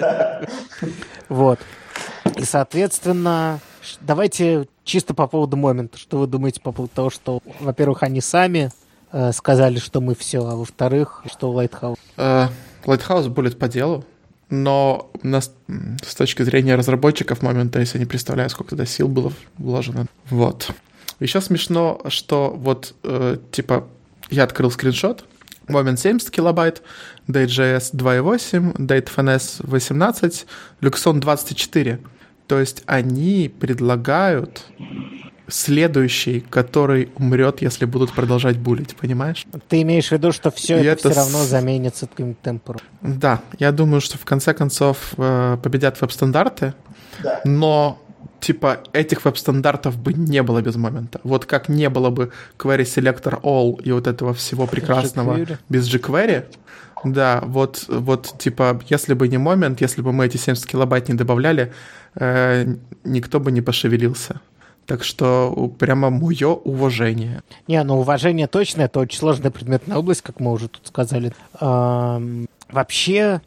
Вот. И, соответственно, давайте чисто по поводу момента. Что вы думаете по поводу того, что, во-первых, они сами э, сказали, что мы все, а во-вторых, что Lighthouse? Uh, Lighthouse булит по делу, но нас, с точки зрения разработчиков момента, если не представляю, сколько тогда сил было вложено. Вот. Еще смешно, что вот, э, типа, я открыл скриншот, Moment семьдесят килобайт, Date.js два и восемь, Date.fns восемнадцать, Luxon двадцать четыре. То есть они предлагают следующий, который умрет, если будут продолжать булить, понимаешь? Ты имеешь в виду, что все это, это все равно с... заменится каким-то темпором? Да, я думаю, что в конце концов победят веб-стандарты, да. Но типа этих веб-стандартов бы не было без момента. Вот как не было бы query selector all и вот этого всего прекрасного jQuery. Без jQuery. Да, вот, вот типа, если бы не момент, если бы мы эти семьдесят килобайт не добавляли, э, никто бы не пошевелился. Так что прямо мое уважение. Не, ну уважение точно, это очень сложная предметная область, как мы уже тут сказали. Эм, вообще...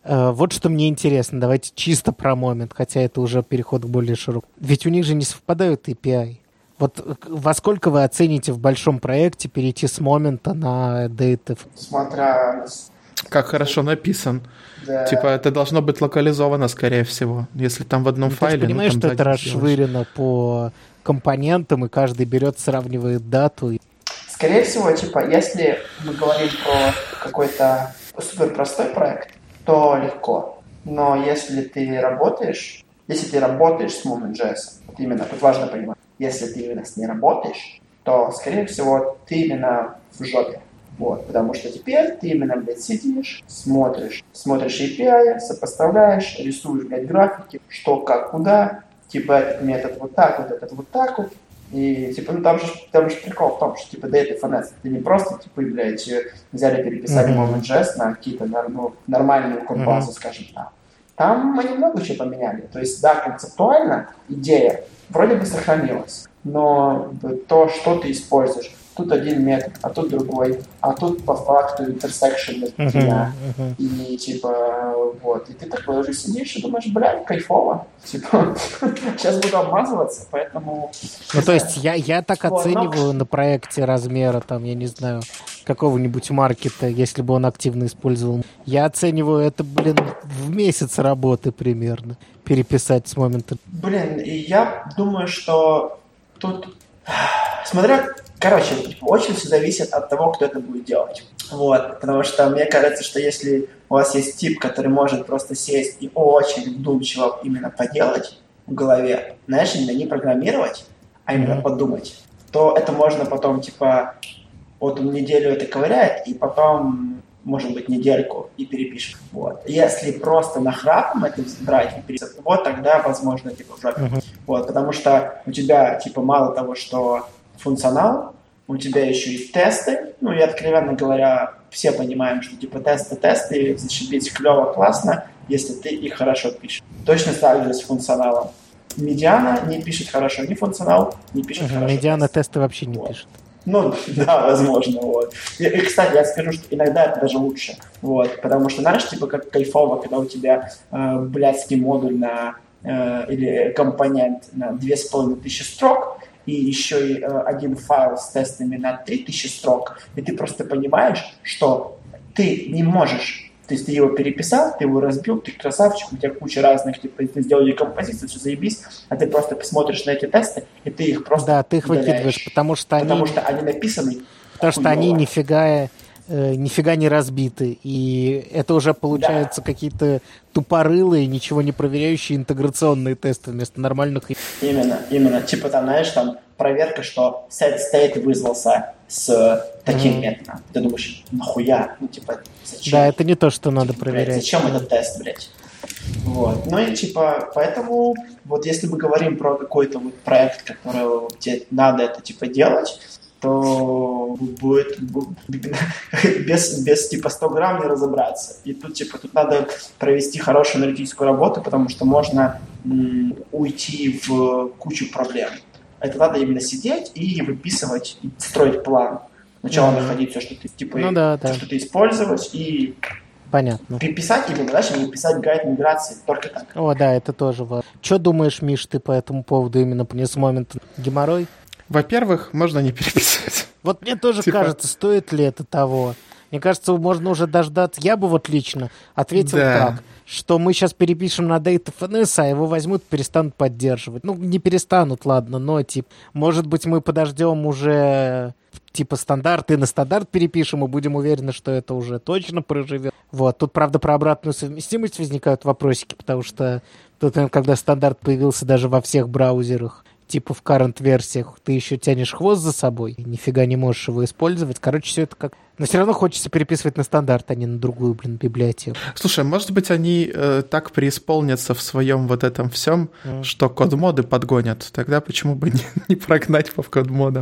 Э, вот что мне интересно. Давайте чисто про момент, хотя это уже переход к более широкому. Ведь у них же не совпадают эй пи ай. Вот во сколько вы оцените в большом проекте перейти с момента на Dative? Смотря... Как хорошо написан. Да. Типа это должно быть локализовано, скорее всего. Если там в одном Ну, файле... Ты же понимаешь, ну, что там это сзади сделаешь. расшвырено по компонентам, и каждый берет, сравнивает дату. Скорее всего, типа, если мы говорим про какой-то супер простой проект, то легко. Но если ты работаешь, если ты работаешь с Moment.js, вот именно, тут важно понимать, если ты именно с ней работаешь, то, скорее всего, ты именно в жопе. Вот, потому что теперь ты именно, блядь, сидишь, смотришь, смотришь эй пи ай, сопоставляешь, рисуешь, блядь, графики, что, как, куда, типа, этот метод вот так, вот этот вот так вот. И, типа, ну, там же, там же прикол в том, что, типа, Data эф эн эс, ты не просто, типа, блядь, взяли, переписали mm-hmm. Moment.js на какие-то, ну, нормальную кодбазу, mm-hmm. скажем так. Там они много чего поменяли. То есть, да, концептуально идея вроде бы сохранилась, но то, что ты используешь, тут один метод, а тут другой, а тут по факту интерсекшн uh-huh, uh-huh. и типа вот, и ты такой уже сидишь и думаешь, блядь, кайфово, типа, сейчас буду обмазываться, поэтому... Ну, то есть я, я так вот, оцениваю но... на проекте размера, там, я не знаю, какого-нибудь маркета, если бы он активно использовал. Я оцениваю это, блин, в месяц работы примерно, переписать с момента. Блин, и я думаю, что тут, смотря... Короче, очень все зависит от того, кто это будет делать. Вот, потому что мне кажется, что если у вас есть тип, который может просто сесть и очень вдумчиво именно поделать в голове, знаешь, именно не программировать, а именно mm-hmm. подумать, то это можно потом, типа, вот он неделю это ковыряет, и потом, может быть, недельку и перепишет. Вот. Если просто нахрапом это брать и переписать, вот тогда, возможно, типа, в жопе. Mm-hmm. Вот, потому что у тебя, типа, мало того, что функционал, у тебя еще и тесты, ну и, откровенно говоря, все понимаем, что типа тесты, тесты, зашибись, клево, классно, если ты их хорошо пишешь. Точно так же с функционалом. Медиана не пишет хорошо ни функционал, не пишет uh-huh, хорошо Медиана тест. тесты вообще не вот. пишет. Ну, да, возможно, вот. И, и, кстати, я скажу, что иногда это даже лучше, вот, потому что, знаешь, типа, как кайфово, когда у тебя э, блядский модуль на, э, или компонент на две с половиной тысячи строк, и еще и э, один файл с тестами на три тысячи строк, и ты просто понимаешь, что ты не можешь, то есть ты его переписал, ты его разбил, ты красавчик, у тебя куча разных, типа, ты сделал декомпозицию, все заебись, а ты просто посмотришь на эти тесты, и ты их просто Да, ты их удаляешь, выкидываешь, потому что они... Потому что они написаны Потому что хуёво. они нифига... нифига не разбиты, и это уже получаются да. какие-то тупорылые, ничего не проверяющие интеграционные тесты вместо нормальных. Именно, именно. Типа там, знаешь, там проверка, что set-state вызвался с таким mm-hmm. методом. Ты думаешь, нахуя? Ну, типа, зачем? Да, это не то, что надо типа, проверять. Блядь, зачем этот тест, блядь? Вот. Ну и типа, поэтому, вот если мы говорим про какой-то вот проект, который тебе надо это типа делать, то будет, будет без, без типа сто грамм не разобраться. И тут типа тут надо провести хорошую аналитическую работу, потому что можно м, уйти в кучу проблем. Это надо именно сидеть и выписывать, и строить план. Сначала mm-hmm. находить все, что ты типа ну, да, все, да. что ты использовать, и понятно. Переписать именно, знаешь, не писать гайд миграции, только так. О, да, это тоже важно. Что думаешь, Миш, ты по этому поводу именно с момента геморрой? Во-первых, можно не переписывать. Вот мне тоже типа... кажется, стоит ли это того. Мне кажется, можно уже дождаться. Я бы вот лично ответил да. так, что мы сейчас перепишем на Data эф эн эс, а его возьмут, перестанут поддерживать. Ну, не перестанут, ладно, но, типа, может быть, мы подождем уже, типа, стандарт, и на стандарт перепишем, и будем уверены, что это уже точно проживет. Вот. Тут, правда, про обратную совместимость возникают вопросики, потому что тут, когда стандарт появился даже во всех браузерах, типа в current-версиях, ты еще тянешь хвост за собой, и нифига не можешь его использовать. Короче, все это как... Но все равно хочется переписывать на стандарт, а не на другую, блин, библиотеку. Слушай, может быть, они э, так преисполнятся в своем вот этом всем, mm. что код-моды подгонят. Тогда почему бы не, не прогнать по код-модам?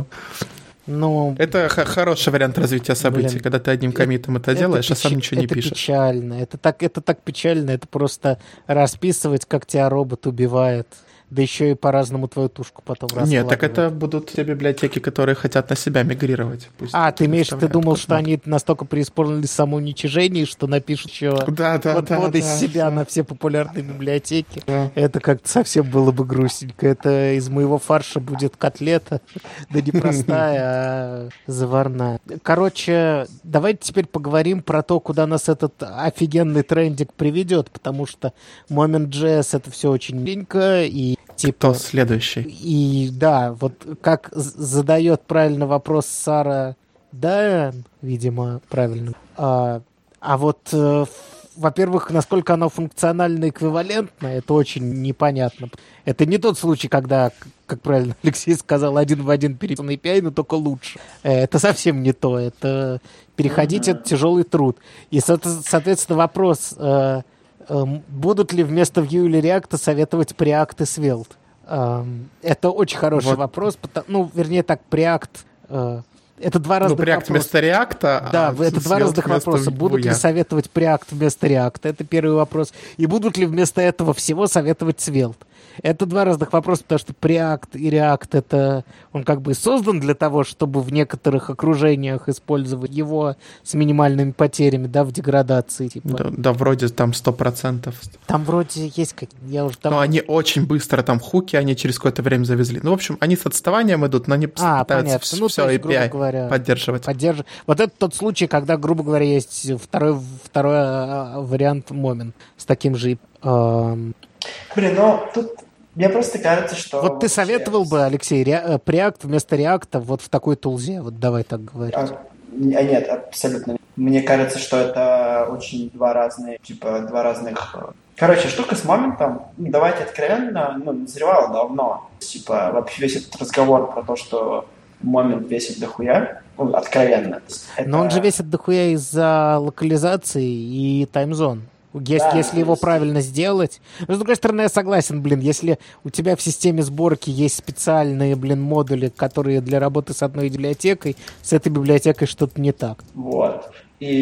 Ну, это х- хороший вариант развития событий, блин, когда ты одним коммитом это, это делаешь, это а сам печ- ничего не это пишешь. Это печально. Это так, это так печально. Это просто расписывать, как тебя робот убивает. да еще и по-разному твою тушку потом раскладывать. Нет, так это будут те библиотеки, которые хотят на себя мигрировать. Пусть а, ты имеешь, ты думал, что посмотрим. они настолько преисполнились самоуничижения, что напишут еще Да, да, вот да, под из да, себя да. на все популярные библиотеки. Да. Это как-то совсем было бы грустненько. Это из моего фарша будет котлета, да не простая, а заварная. Короче, давайте теперь поговорим про то, куда нас этот офигенный трендик приведет, потому что Moment.js это все очень ленько и типа... Кто следующий? И да, вот как задает правильно вопрос Сара Дайан, видимо, правильно. А, а вот, э, во-первых, насколько оно функционально эквивалентно, это очень непонятно. Это не тот случай, когда, как правильно Алексей сказал, один в один перейти эй пи ай, но только лучше. Это совсем не то. Это переходить, это тяжелый труд. И, соответственно, вопрос... Э, будут ли вместо Vue или React советовать Preact и Svelte? Это очень хороший вот. вопрос. Потому, ну, вернее так, Preact... Это два разных ну, Preact вопроса. вместо React, да, а это два разных вопроса. Будут ли советовать Preact вместо React? Это первый вопрос. И будут ли вместо этого всего советовать Svelte? Это два разных вопроса, потому что Preact и React, это он как бы создан для того, чтобы в некоторых окружениях использовать его с минимальными потерями, да, в деградации. Типа. Да, да, вроде там сто процентов. Там вроде есть как... Я уже там... Но они очень быстро, там хуки, они через какое-то время завезли. Ну, в общем, они с отставанием идут, но они а, пытаются понятно. Ну, все есть, эй пи ай говоря, поддерживать. Поддерж... Вот это тот случай, когда, грубо говоря, есть второй, второй а, вариант Moment с таким же... А... Блин, ну, тут... Мне просто кажется, что... Вот ты советовал бы, Алексей, ре... Preact вместо React вот в такой тулзе? Вот давай так говорить. А, а нет, абсолютно нет. Мне кажется, что это очень два разные, типа, два разных... Короче, штука с моментом, ну, давайте откровенно, ну, назревала давно. Типа, вообще весь этот разговор про то, что момент весит дохуя, ну, откровенно. Это... Но он же весит дохуя из-за локализации и таймзон. Если, да, если его правильно сделать. Но, с другой стороны, я согласен, блин, если у тебя в системе сборки есть специальные, блин, модули, которые для работы с одной библиотекой, с этой библиотекой что-то не так. Вот.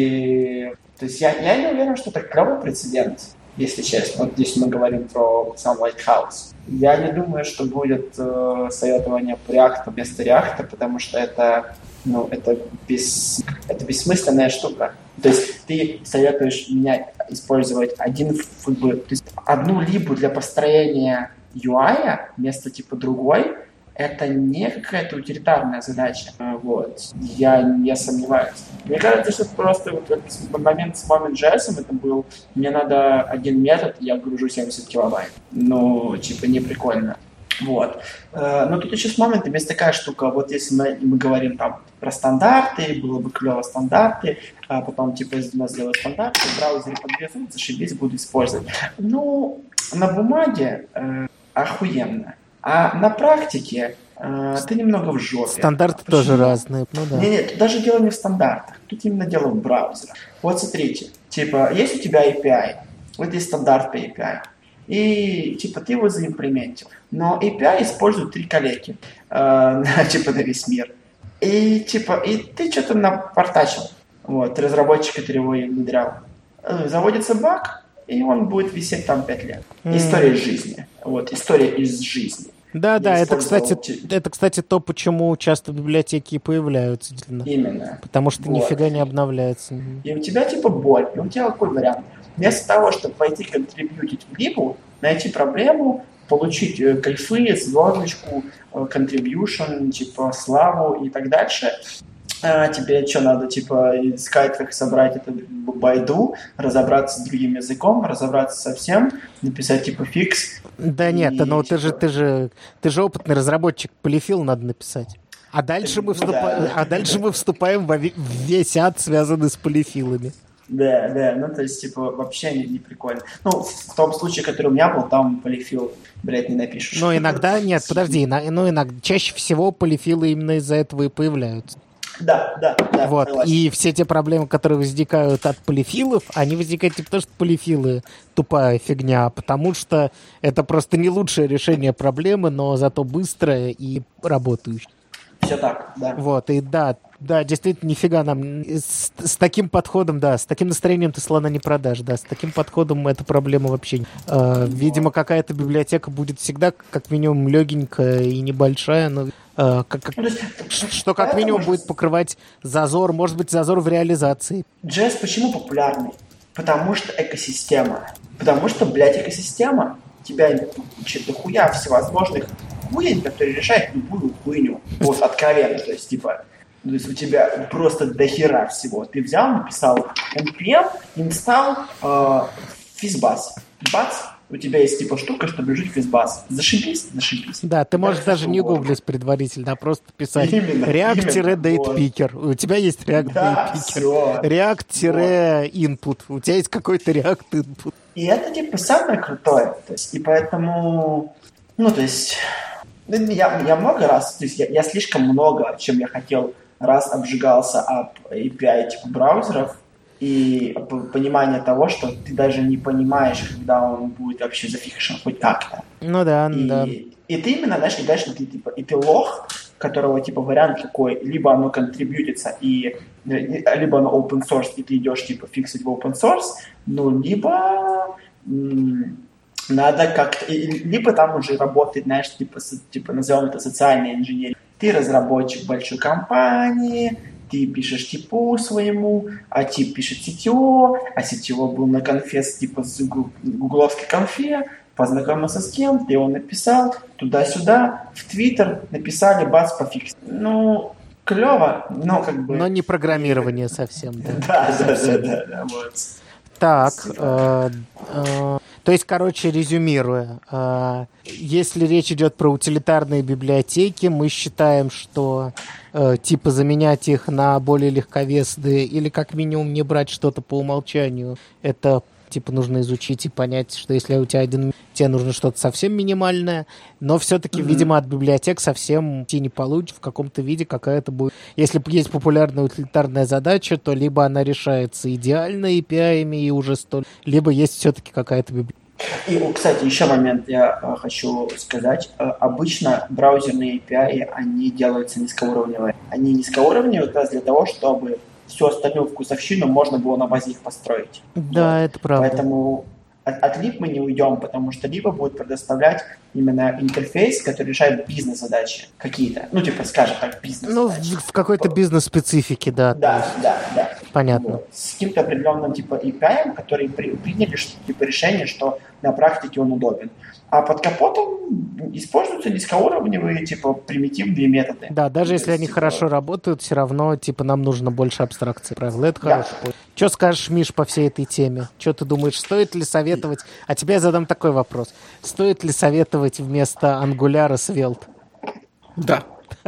И, то есть я, я не уверен, что это клевый прецедент, если честно. Вот здесь мы говорим про сам Lighthouse. Я не думаю, что будет э, советование Preact вместо React, потому что это, ну, это, бес, это бессмысленная штука. То есть ты советуешь меня использовать один, как бы, то есть одну либу для построения ю ай вместо типа другой. Это не какая-то утилитарная задача. Вот. Я, я сомневаюсь. Мне кажется, что просто вот этот момент с Moment.js это был, мне надо один метод, я гружу семьдесят килобайт. Ну, типа, не прикольно. Вот. Но тут еще с моментом есть такая штука, вот если мы, мы говорим там про стандарты, было бы клево стандарты, а потом типа из нас сделают стандарты, в браузере подвезут, зашибись, буду использовать. Ну, на бумаге э, охуенно. А на практике э, ты немного в жопе. Стандарты Почему? Тоже разные. Ну, да. Нет, нет, даже дело не в стандартах. Тут именно дело в браузере. Вот смотрите, типа, есть у тебя эй пи ай, вот есть стандарт по эй пи ай, и типа ты его заимплементил. Но эй пи ай используют три коллеги, э, типа на весь мир. И типа, и ты что-то напортачил. Вот, разработчик, который его внедрял. Э, заводится баг, и он будет висеть там пять лет. Mm. История из жизни. Вот, история из жизни. Да, да, это, кстати, это, кстати, то, почему часто библиотеки и появляются. Именно. Потому что вот. Нифига не обновляется. И у тебя типа боль. И у тебя какой вариант? Вместо того, чтобы пойти контрибьютить в либу, найти проблему, получить э, кайфы, звездочку, э, contribution, типа славу и так дальше, а тебе что надо, типа, искать, как собрать это байду, разобраться с другим языком, разобраться со всем, написать, типа, фикс. Да и, нет, ну типа... ты же, ты же, ты же опытный разработчик, полифил надо написать. А дальше, мы, вступ... да. а дальше мы вступаем в весь ад, связанный с полифилами. Да, да, ну то есть, типа, вообще не, не прикольно. Ну, в том случае, который у меня был, там полифил, блядь, не напишешь. Ну, иногда, нет, подожди, ну, иногда, чаще всего полифилы именно из-за этого и появляются. Да, да, да. Вот, согласен. И все те проблемы, которые возникают от полифилов, они возникают не потому, что полифилы тупая фигня, а потому что это просто не лучшее решение проблемы, но зато быстрое и работающее. Все так, да. Вот, и да, да, действительно, нифига нам. С, с таким подходом, да, с таким настроением ты слона не продашь, да, с таким подходом эта проблема вообще. Э, видимо, какая-то библиотека будет всегда как минимум легенькая и небольшая, но э, как, как, ну, что как минимум может... будет покрывать зазор, может быть, зазор в реализации. джей эс почему популярный? Потому что экосистема. Потому что, блядь, экосистема тебя учит дохуя всевозможных хуйнь, которые решают любую хуйню. Вот, откровенно, то есть, типа, то есть у тебя просто дохера всего. Ты взял, написал эн пи эм, инсталл, э, физбас. Бац, у тебя есть типа штука, чтобы жить физбас. Зашибись, зашибись. Да, ты можешь так даже не гуглить предварительно, а просто писать React-DatePicker. Вот. У тебя есть React-DatePicker. Да, React-Input. Вот. У тебя есть какой-то React-Input. И это типа самое крутое. То есть, и поэтому, ну, то есть, я, я много раз, то есть я, я слишком много, чем я хотел, раз обжигался об эй пи ай типа браузеров, и понимание того, что ты даже не понимаешь, когда он будет вообще зафикшен хоть как-то. Ну да, и, да. И ты именно, знаешь, и дальше ты, типа, и ты лох, которого, типа, вариант какой, либо оно контрибьютится, и, либо оно open source, и ты идешь, типа, фиксить в open source, ну, либо м- надо как-то, либо там уже работает, знаешь, типа, со, типа назовем это социальная инженерия. Ты разработчик большой компании, ты пишешь типу своему, а тип пишет си ти о, а си ти о был на конфе типа с гугловской конфе, познакомился с кем, ты его написал, туда-сюда, в Твиттер написали, бац, пофикс. Ну, клево, но как бы... Но не программирование совсем, да. Да, да, да, да, да, вот. Так, э, э, то есть, короче, резюмируя, э, если речь идет про утилитарные библиотеки, мы считаем, что э, типа заменять их на более легковесные или как минимум не брать что-то по умолчанию, это типа нужно изучить и понять, что если у тебя один, тебе нужно что-то совсем минимальное, но все-таки, mm-hmm. видимо, от библиотек совсем идти не получится в каком-то виде, какая-то будет. Если есть популярная утилитарная задача, то либо она решается идеально эй пи ай-ами и уже столь, либо есть все-таки какая-то библиотека. И, кстати, еще момент я э, хочу сказать. Э, обычно браузерные эй пи ай, они делаются низкоуровневые. Они низкоуровневые как раз для того, чтобы всю остальную вкусовщину можно было на базе их построить. Да, вот. Это правда. Поэтому от, от лип мы не уйдем, потому что липа будет предоставлять именно интерфейс, который решает бизнес-задачи какие-то. Ну, типа, скажем так, бизнес-задачи. Ну, в, в какой-то бизнес-специфике, да. Да, да, да. Понятно. Вот. С каким-то определенным типа эй пи ай, который при, приняли типа, решение, что на практике он удобен. А под капотом используются низкоуровневые, типа, примитивные методы. Да, даже если они хорошо работают, все равно, типа, нам нужно больше абстракции. Правило, это хорошо. Да. Что скажешь, Миш, по всей этой теме? Что ты думаешь, стоит ли советовать... А тебе я задам такой вопрос. Стоит ли советовать вместо ангуляра Svelte? Да.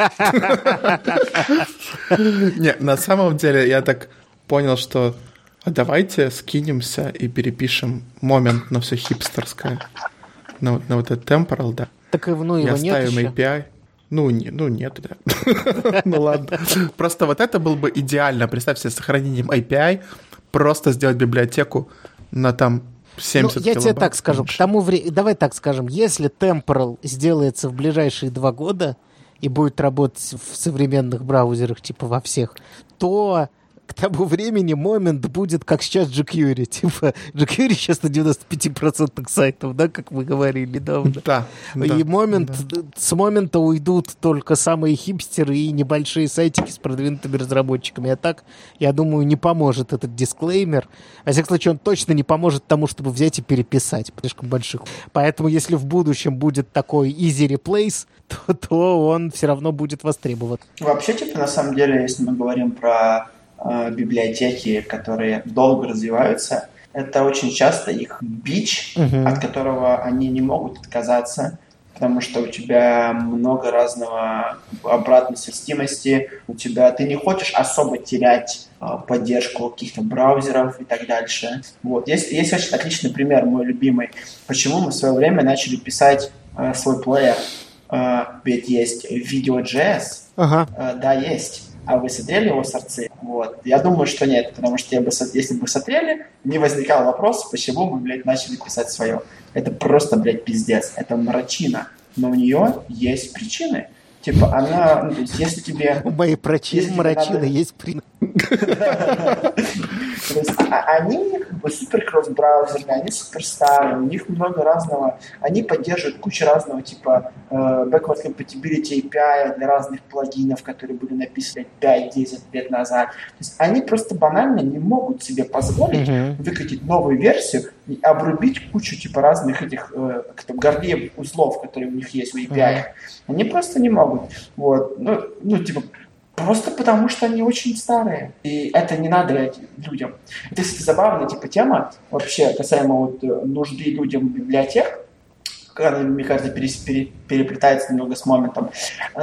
Не, на самом деле я так понял, что давайте скинемся и перепишем момент на все хипстерское. На, на вот этот temporal, да. Так и ну, его и нет оставим еще? эй пи ай. Ну, не, ну нет, да. Ну ладно. Просто вот это было бы идеально. Представь себе, с сохранением эй пи ай просто сделать библиотеку на там семьдесят килобайт. Я тебе так меньше. скажу. К тому вре... Давай так скажем. Если temporal сделается в ближайшие два года и будет работать в современных браузерах, типа во всех, то... К тому времени момент будет, как сейчас jQuery. Типа, jQuery сейчас на девяносто пять процентов сайтов, да, как мы говорили недавно. Да. И да, момент, да. с момента уйдут только самые хипстеры и небольшие сайтики с продвинутыми разработчиками. А так, я думаю, не поможет этот дисклеймер. Во всяком случае, он точно не поможет тому, чтобы взять и переписать слишком больших. Поэтому, если в будущем будет такой easy replace, то, то он все равно будет востребован. Вообще, типа, на самом деле, если мы говорим про библиотеки, которые долго развиваются, это очень часто их бич, uh-huh. от которого они не могут отказаться, потому что у тебя много разного обратной совместимости, у тебя ты не хочешь особо терять а, поддержку каких-то браузеров и так дальше. Вот. Есть, есть очень отличный пример, мой любимый, почему мы в свое время начали писать а, свой плеер. А, ведь есть Video.js, uh-huh. а, да, есть. А вы смотрели его сорцы? Вот. Я думаю, что нет, потому что я бы, если бы смотрели, не возникал вопрос, почему мы, блядь, начали писать свое. Это просто, блядь, пиздец. Это мрачина. Но у нее есть причины. Типа, она, ну, то есть, если тебе... У моей мрачины надо... есть принцип. То есть они как бы супер кросс-браузерные, они супер старые, у них много разного, они поддерживают кучу разного типа э, backward compatibility эй пи ай для разных плагинов, которые были написаны пять-десять лет назад. То есть они просто банально не могут себе позволить uh-huh. выкатить новую версию и обрубить кучу типа разных этих э, гордеев узлов, которые у них есть в эй пи ай. Uh-huh. Они просто не могут. Вот. Ну, ну, типа, просто потому, что они очень старые. И это не надо людям. Это, кстати, забавная типа тема, вообще, касаемо вот, нужды людям библиотек, она, мне кажется, пере, пере, переплетается немного с моментом.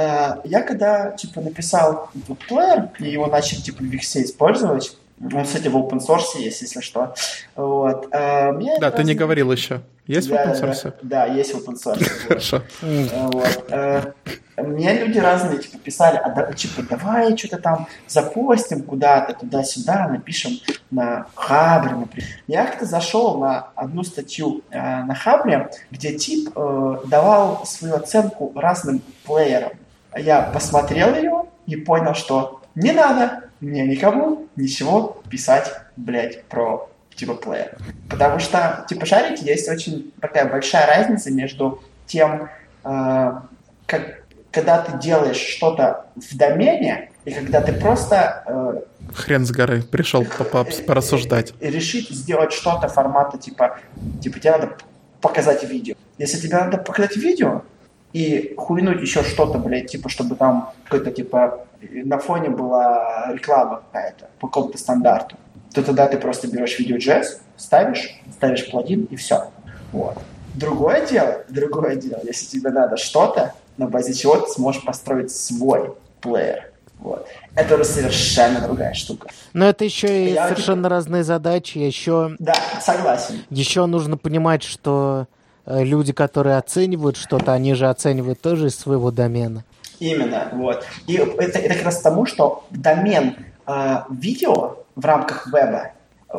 Я когда типа написал этот плеер, и его начали типа в Виксе использовать, он, кстати, в open source есть, если что. Вот. А, да, ты не говорил еще. Есть да, в open source? Да, да, есть в open source. Хорошо. Вот. Мне люди разные типа писали, а, типа, давай что-то там запостим куда-то, туда-сюда, напишем на Хабре, например. Я как-то зашел на одну статью э, на Хабре, где тип э, давал свою оценку разным плеерам. Я посмотрел ее и понял, что не надо мне никому ничего писать, блядь, про типа плеер. Потому что, типа, шарики, есть очень такая большая разница между тем, э, как когда ты делаешь что-то в домене, и когда ты просто... Э, Хрен с горы, пришел порассуждать. Решить сделать что-то формата, типа, типа, тебе надо показать видео. Если тебе надо показать видео и хуйнуть еще что-то, блядь, типа, чтобы там какой-то, типа, на фоне была реклама какая-то по какому-то стандарту, то тогда ты просто берешь видео.js, ставишь, ставишь плагин и все. Вот. Другое дело, другое дело, если тебе надо что-то, на базе чего ты сможешь построить свой плеер. Вот. Это уже совершенно другая штука. Но это еще и Я совершенно типа... разные задачи. Еще... Да, согласен. Еще нужно понимать, что люди, которые оценивают что-то, они же оценивают тоже из своего домена. Именно, вот. И это, это как раз тому, что домен э, видео в рамках веба,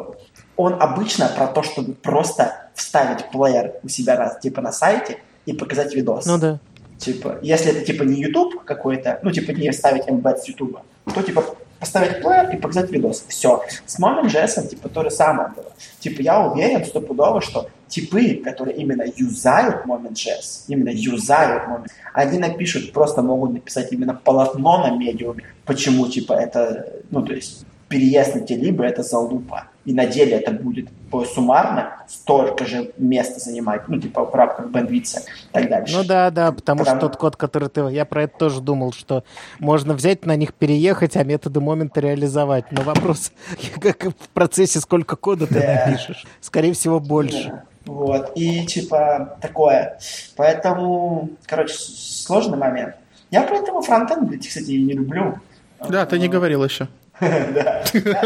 он обычно про то, чтобы просто вставить плеер у себя на, типа на сайте и показать видос. Ну да. Типа, если это типа не YouTube какой-то, ну типа не ставить эмбед с YouTube, то типа поставить плеер и показать видос. Все. С Moment.js типа то же самое было. Типа я уверен стопудово, что типы, которые именно юзают Moment.js, именно юзают Moment, они напишут, просто могут написать именно полотно на медиуме. Почему типа это, ну то есть переезд на те-либо это залупа. И на деле это будет суммарно столько же места занимать, ну, типа в рамках бэндвидса и так дальше. Ну да, да, потому, потому что тот код, который ты... Я про это тоже думал, что можно взять, на них переехать, а методы момента реализовать. Но вопрос, как в процессе сколько кода ты да. напишешь? Скорее всего, больше. Да. Вот, и типа такое. Поэтому, короче, сложный момент. Я поэтому фронтенд, кстати, не люблю. Да, ты не говорил еще. Да.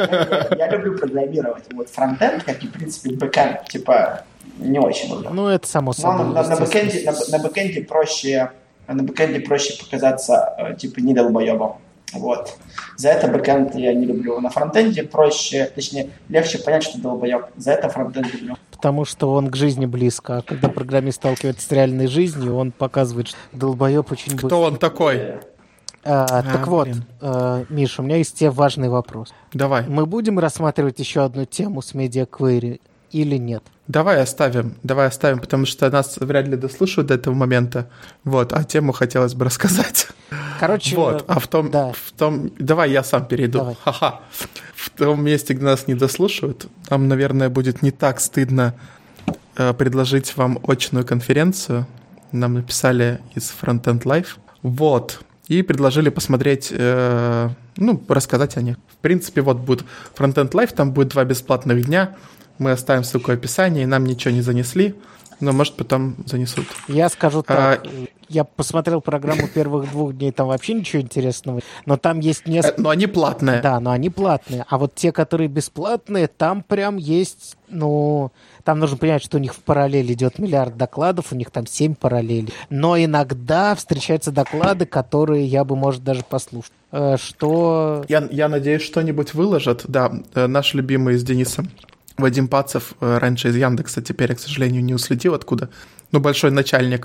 Я люблю программировать. Вот фронтенд, как и, в принципе, бэкэнд, типа, не очень люблю. Ну, это само собой. На бэкэнде, на бэкэнде проще, на бэкэнде проще показаться, типа, недолбоебом. Вот. За это бэкэнд я не люблю. На фронтенде проще, точнее, легче понять, что долбоеб. За это фронтенд люблю. Потому что он к жизни близко. А когда программист сталкивается с реальной жизнью, он показывает, что долбоеб очень быстро. Кто он такой? А, а, так вот, а, Миша, у меня есть тебе важный вопрос. Давай. Мы будем рассматривать еще одну тему с медиаквери или нет? Давай оставим, давай оставим, потому что нас вряд ли дослушают до этого момента. Вот, а тему хотелось бы рассказать. Короче, вот, а в том, да. в том, давай я сам перейду. Давай. Ха-ха. В том месте, где нас не дослушают, нам, наверное, будет не так стыдно э, предложить вам очную конференцию. Нам написали из Frontend Live. Вот. И предложили посмотреть, э, ну, рассказать о них. В принципе, вот будет Frontend Live, там будет два бесплатных дня. Мы оставим ссылку в описании, нам ничего не занесли, но, может, потом занесут. Я скажу так, а, я посмотрел программу первых двух дней, там вообще ничего интересного, но там есть несколько... Но они платные. Да, но они платные, а вот те, которые бесплатные, там прям есть, ну... Там нужно понимать, что у них в параллели идет миллиард докладов, у них там семь параллелей. Но иногда встречаются доклады, которые я бы, может, даже послушал. Что... Я, я надеюсь, что-нибудь выложат. Да, наш любимый с Денисом Вадим Пацев, раньше из Яндекса, теперь, к сожалению, не уследил откуда. Ну, большой начальник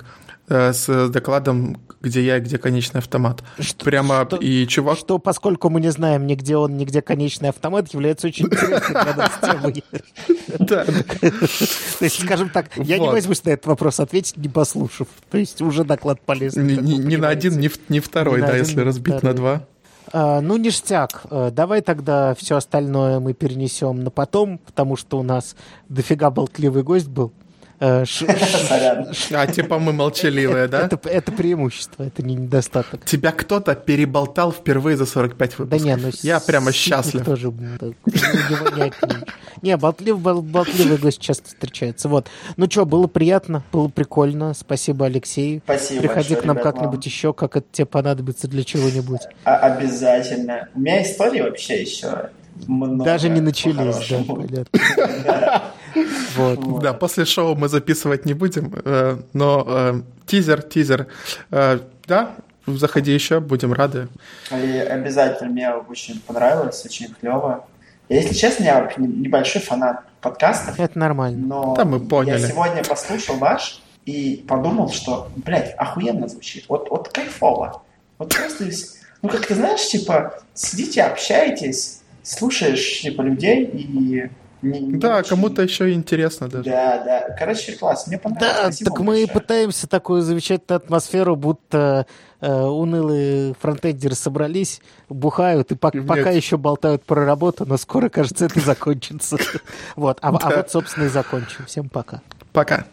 э, с докладом, где я и где конечный автомат. Что, Прямо что, и чувак... Что, поскольку мы не знаем, нигде он, нигде конечный автомат, является очень интересной для нас темой. Да. То есть, скажем так, я не возьмусь на этот вопрос ответить, не послушав. То есть уже доклад полезный. Ни на один, ни второй, да, если разбить на два. А, ну, ништяк. Давай тогда все остальное мы перенесем на потом, потому что у нас дофига болтливый гость был. А, типа мы молчаливые, да? Это, это преимущество, это не недостаток. Тебя кто-то переболтал впервые за сорок пять выпусков. Да не, ну я прямо счастлив. Тоже, да, не, не болтлив, болтливый гость часто встречается. Вот. Ну что, было приятно, было прикольно. Спасибо, Алексей. Спасибо. Приходи большое, к нам ребят, как-нибудь вам. еще, как это тебе понадобится для чего-нибудь. А- обязательно. У меня истории вообще еще много. Даже не начались, да, понятно. Вот. Да, после шоу мы записывать не будем, э, но э, тизер, тизер. Э, да, заходи еще, будем рады. И обязательно, мне очень понравилось, очень клево. Я, если честно, я вообще небольшой фанат подкастов. Это нормально. Но да, мы поняли. Я сегодня послушал ваш и подумал, что, блядь, охуенно звучит. Вот, вот кайфово. Вот просто, ну, как ты знаешь, типа, сидите, общаетесь, слушаешь, типа, людей и... Не, не да, очень... кому-то еще интересно даже. Да, да. Короче, класс. Мне понравилось. Да, Спасибо так большое. мы пытаемся такую замечательную атмосферу, будто э, унылые фронтендеры собрались, бухают и по- пока еще болтают про работу, но скоро, кажется, это закончится. Вот. А вот, собственно, и закончим. Всем пока. Пока.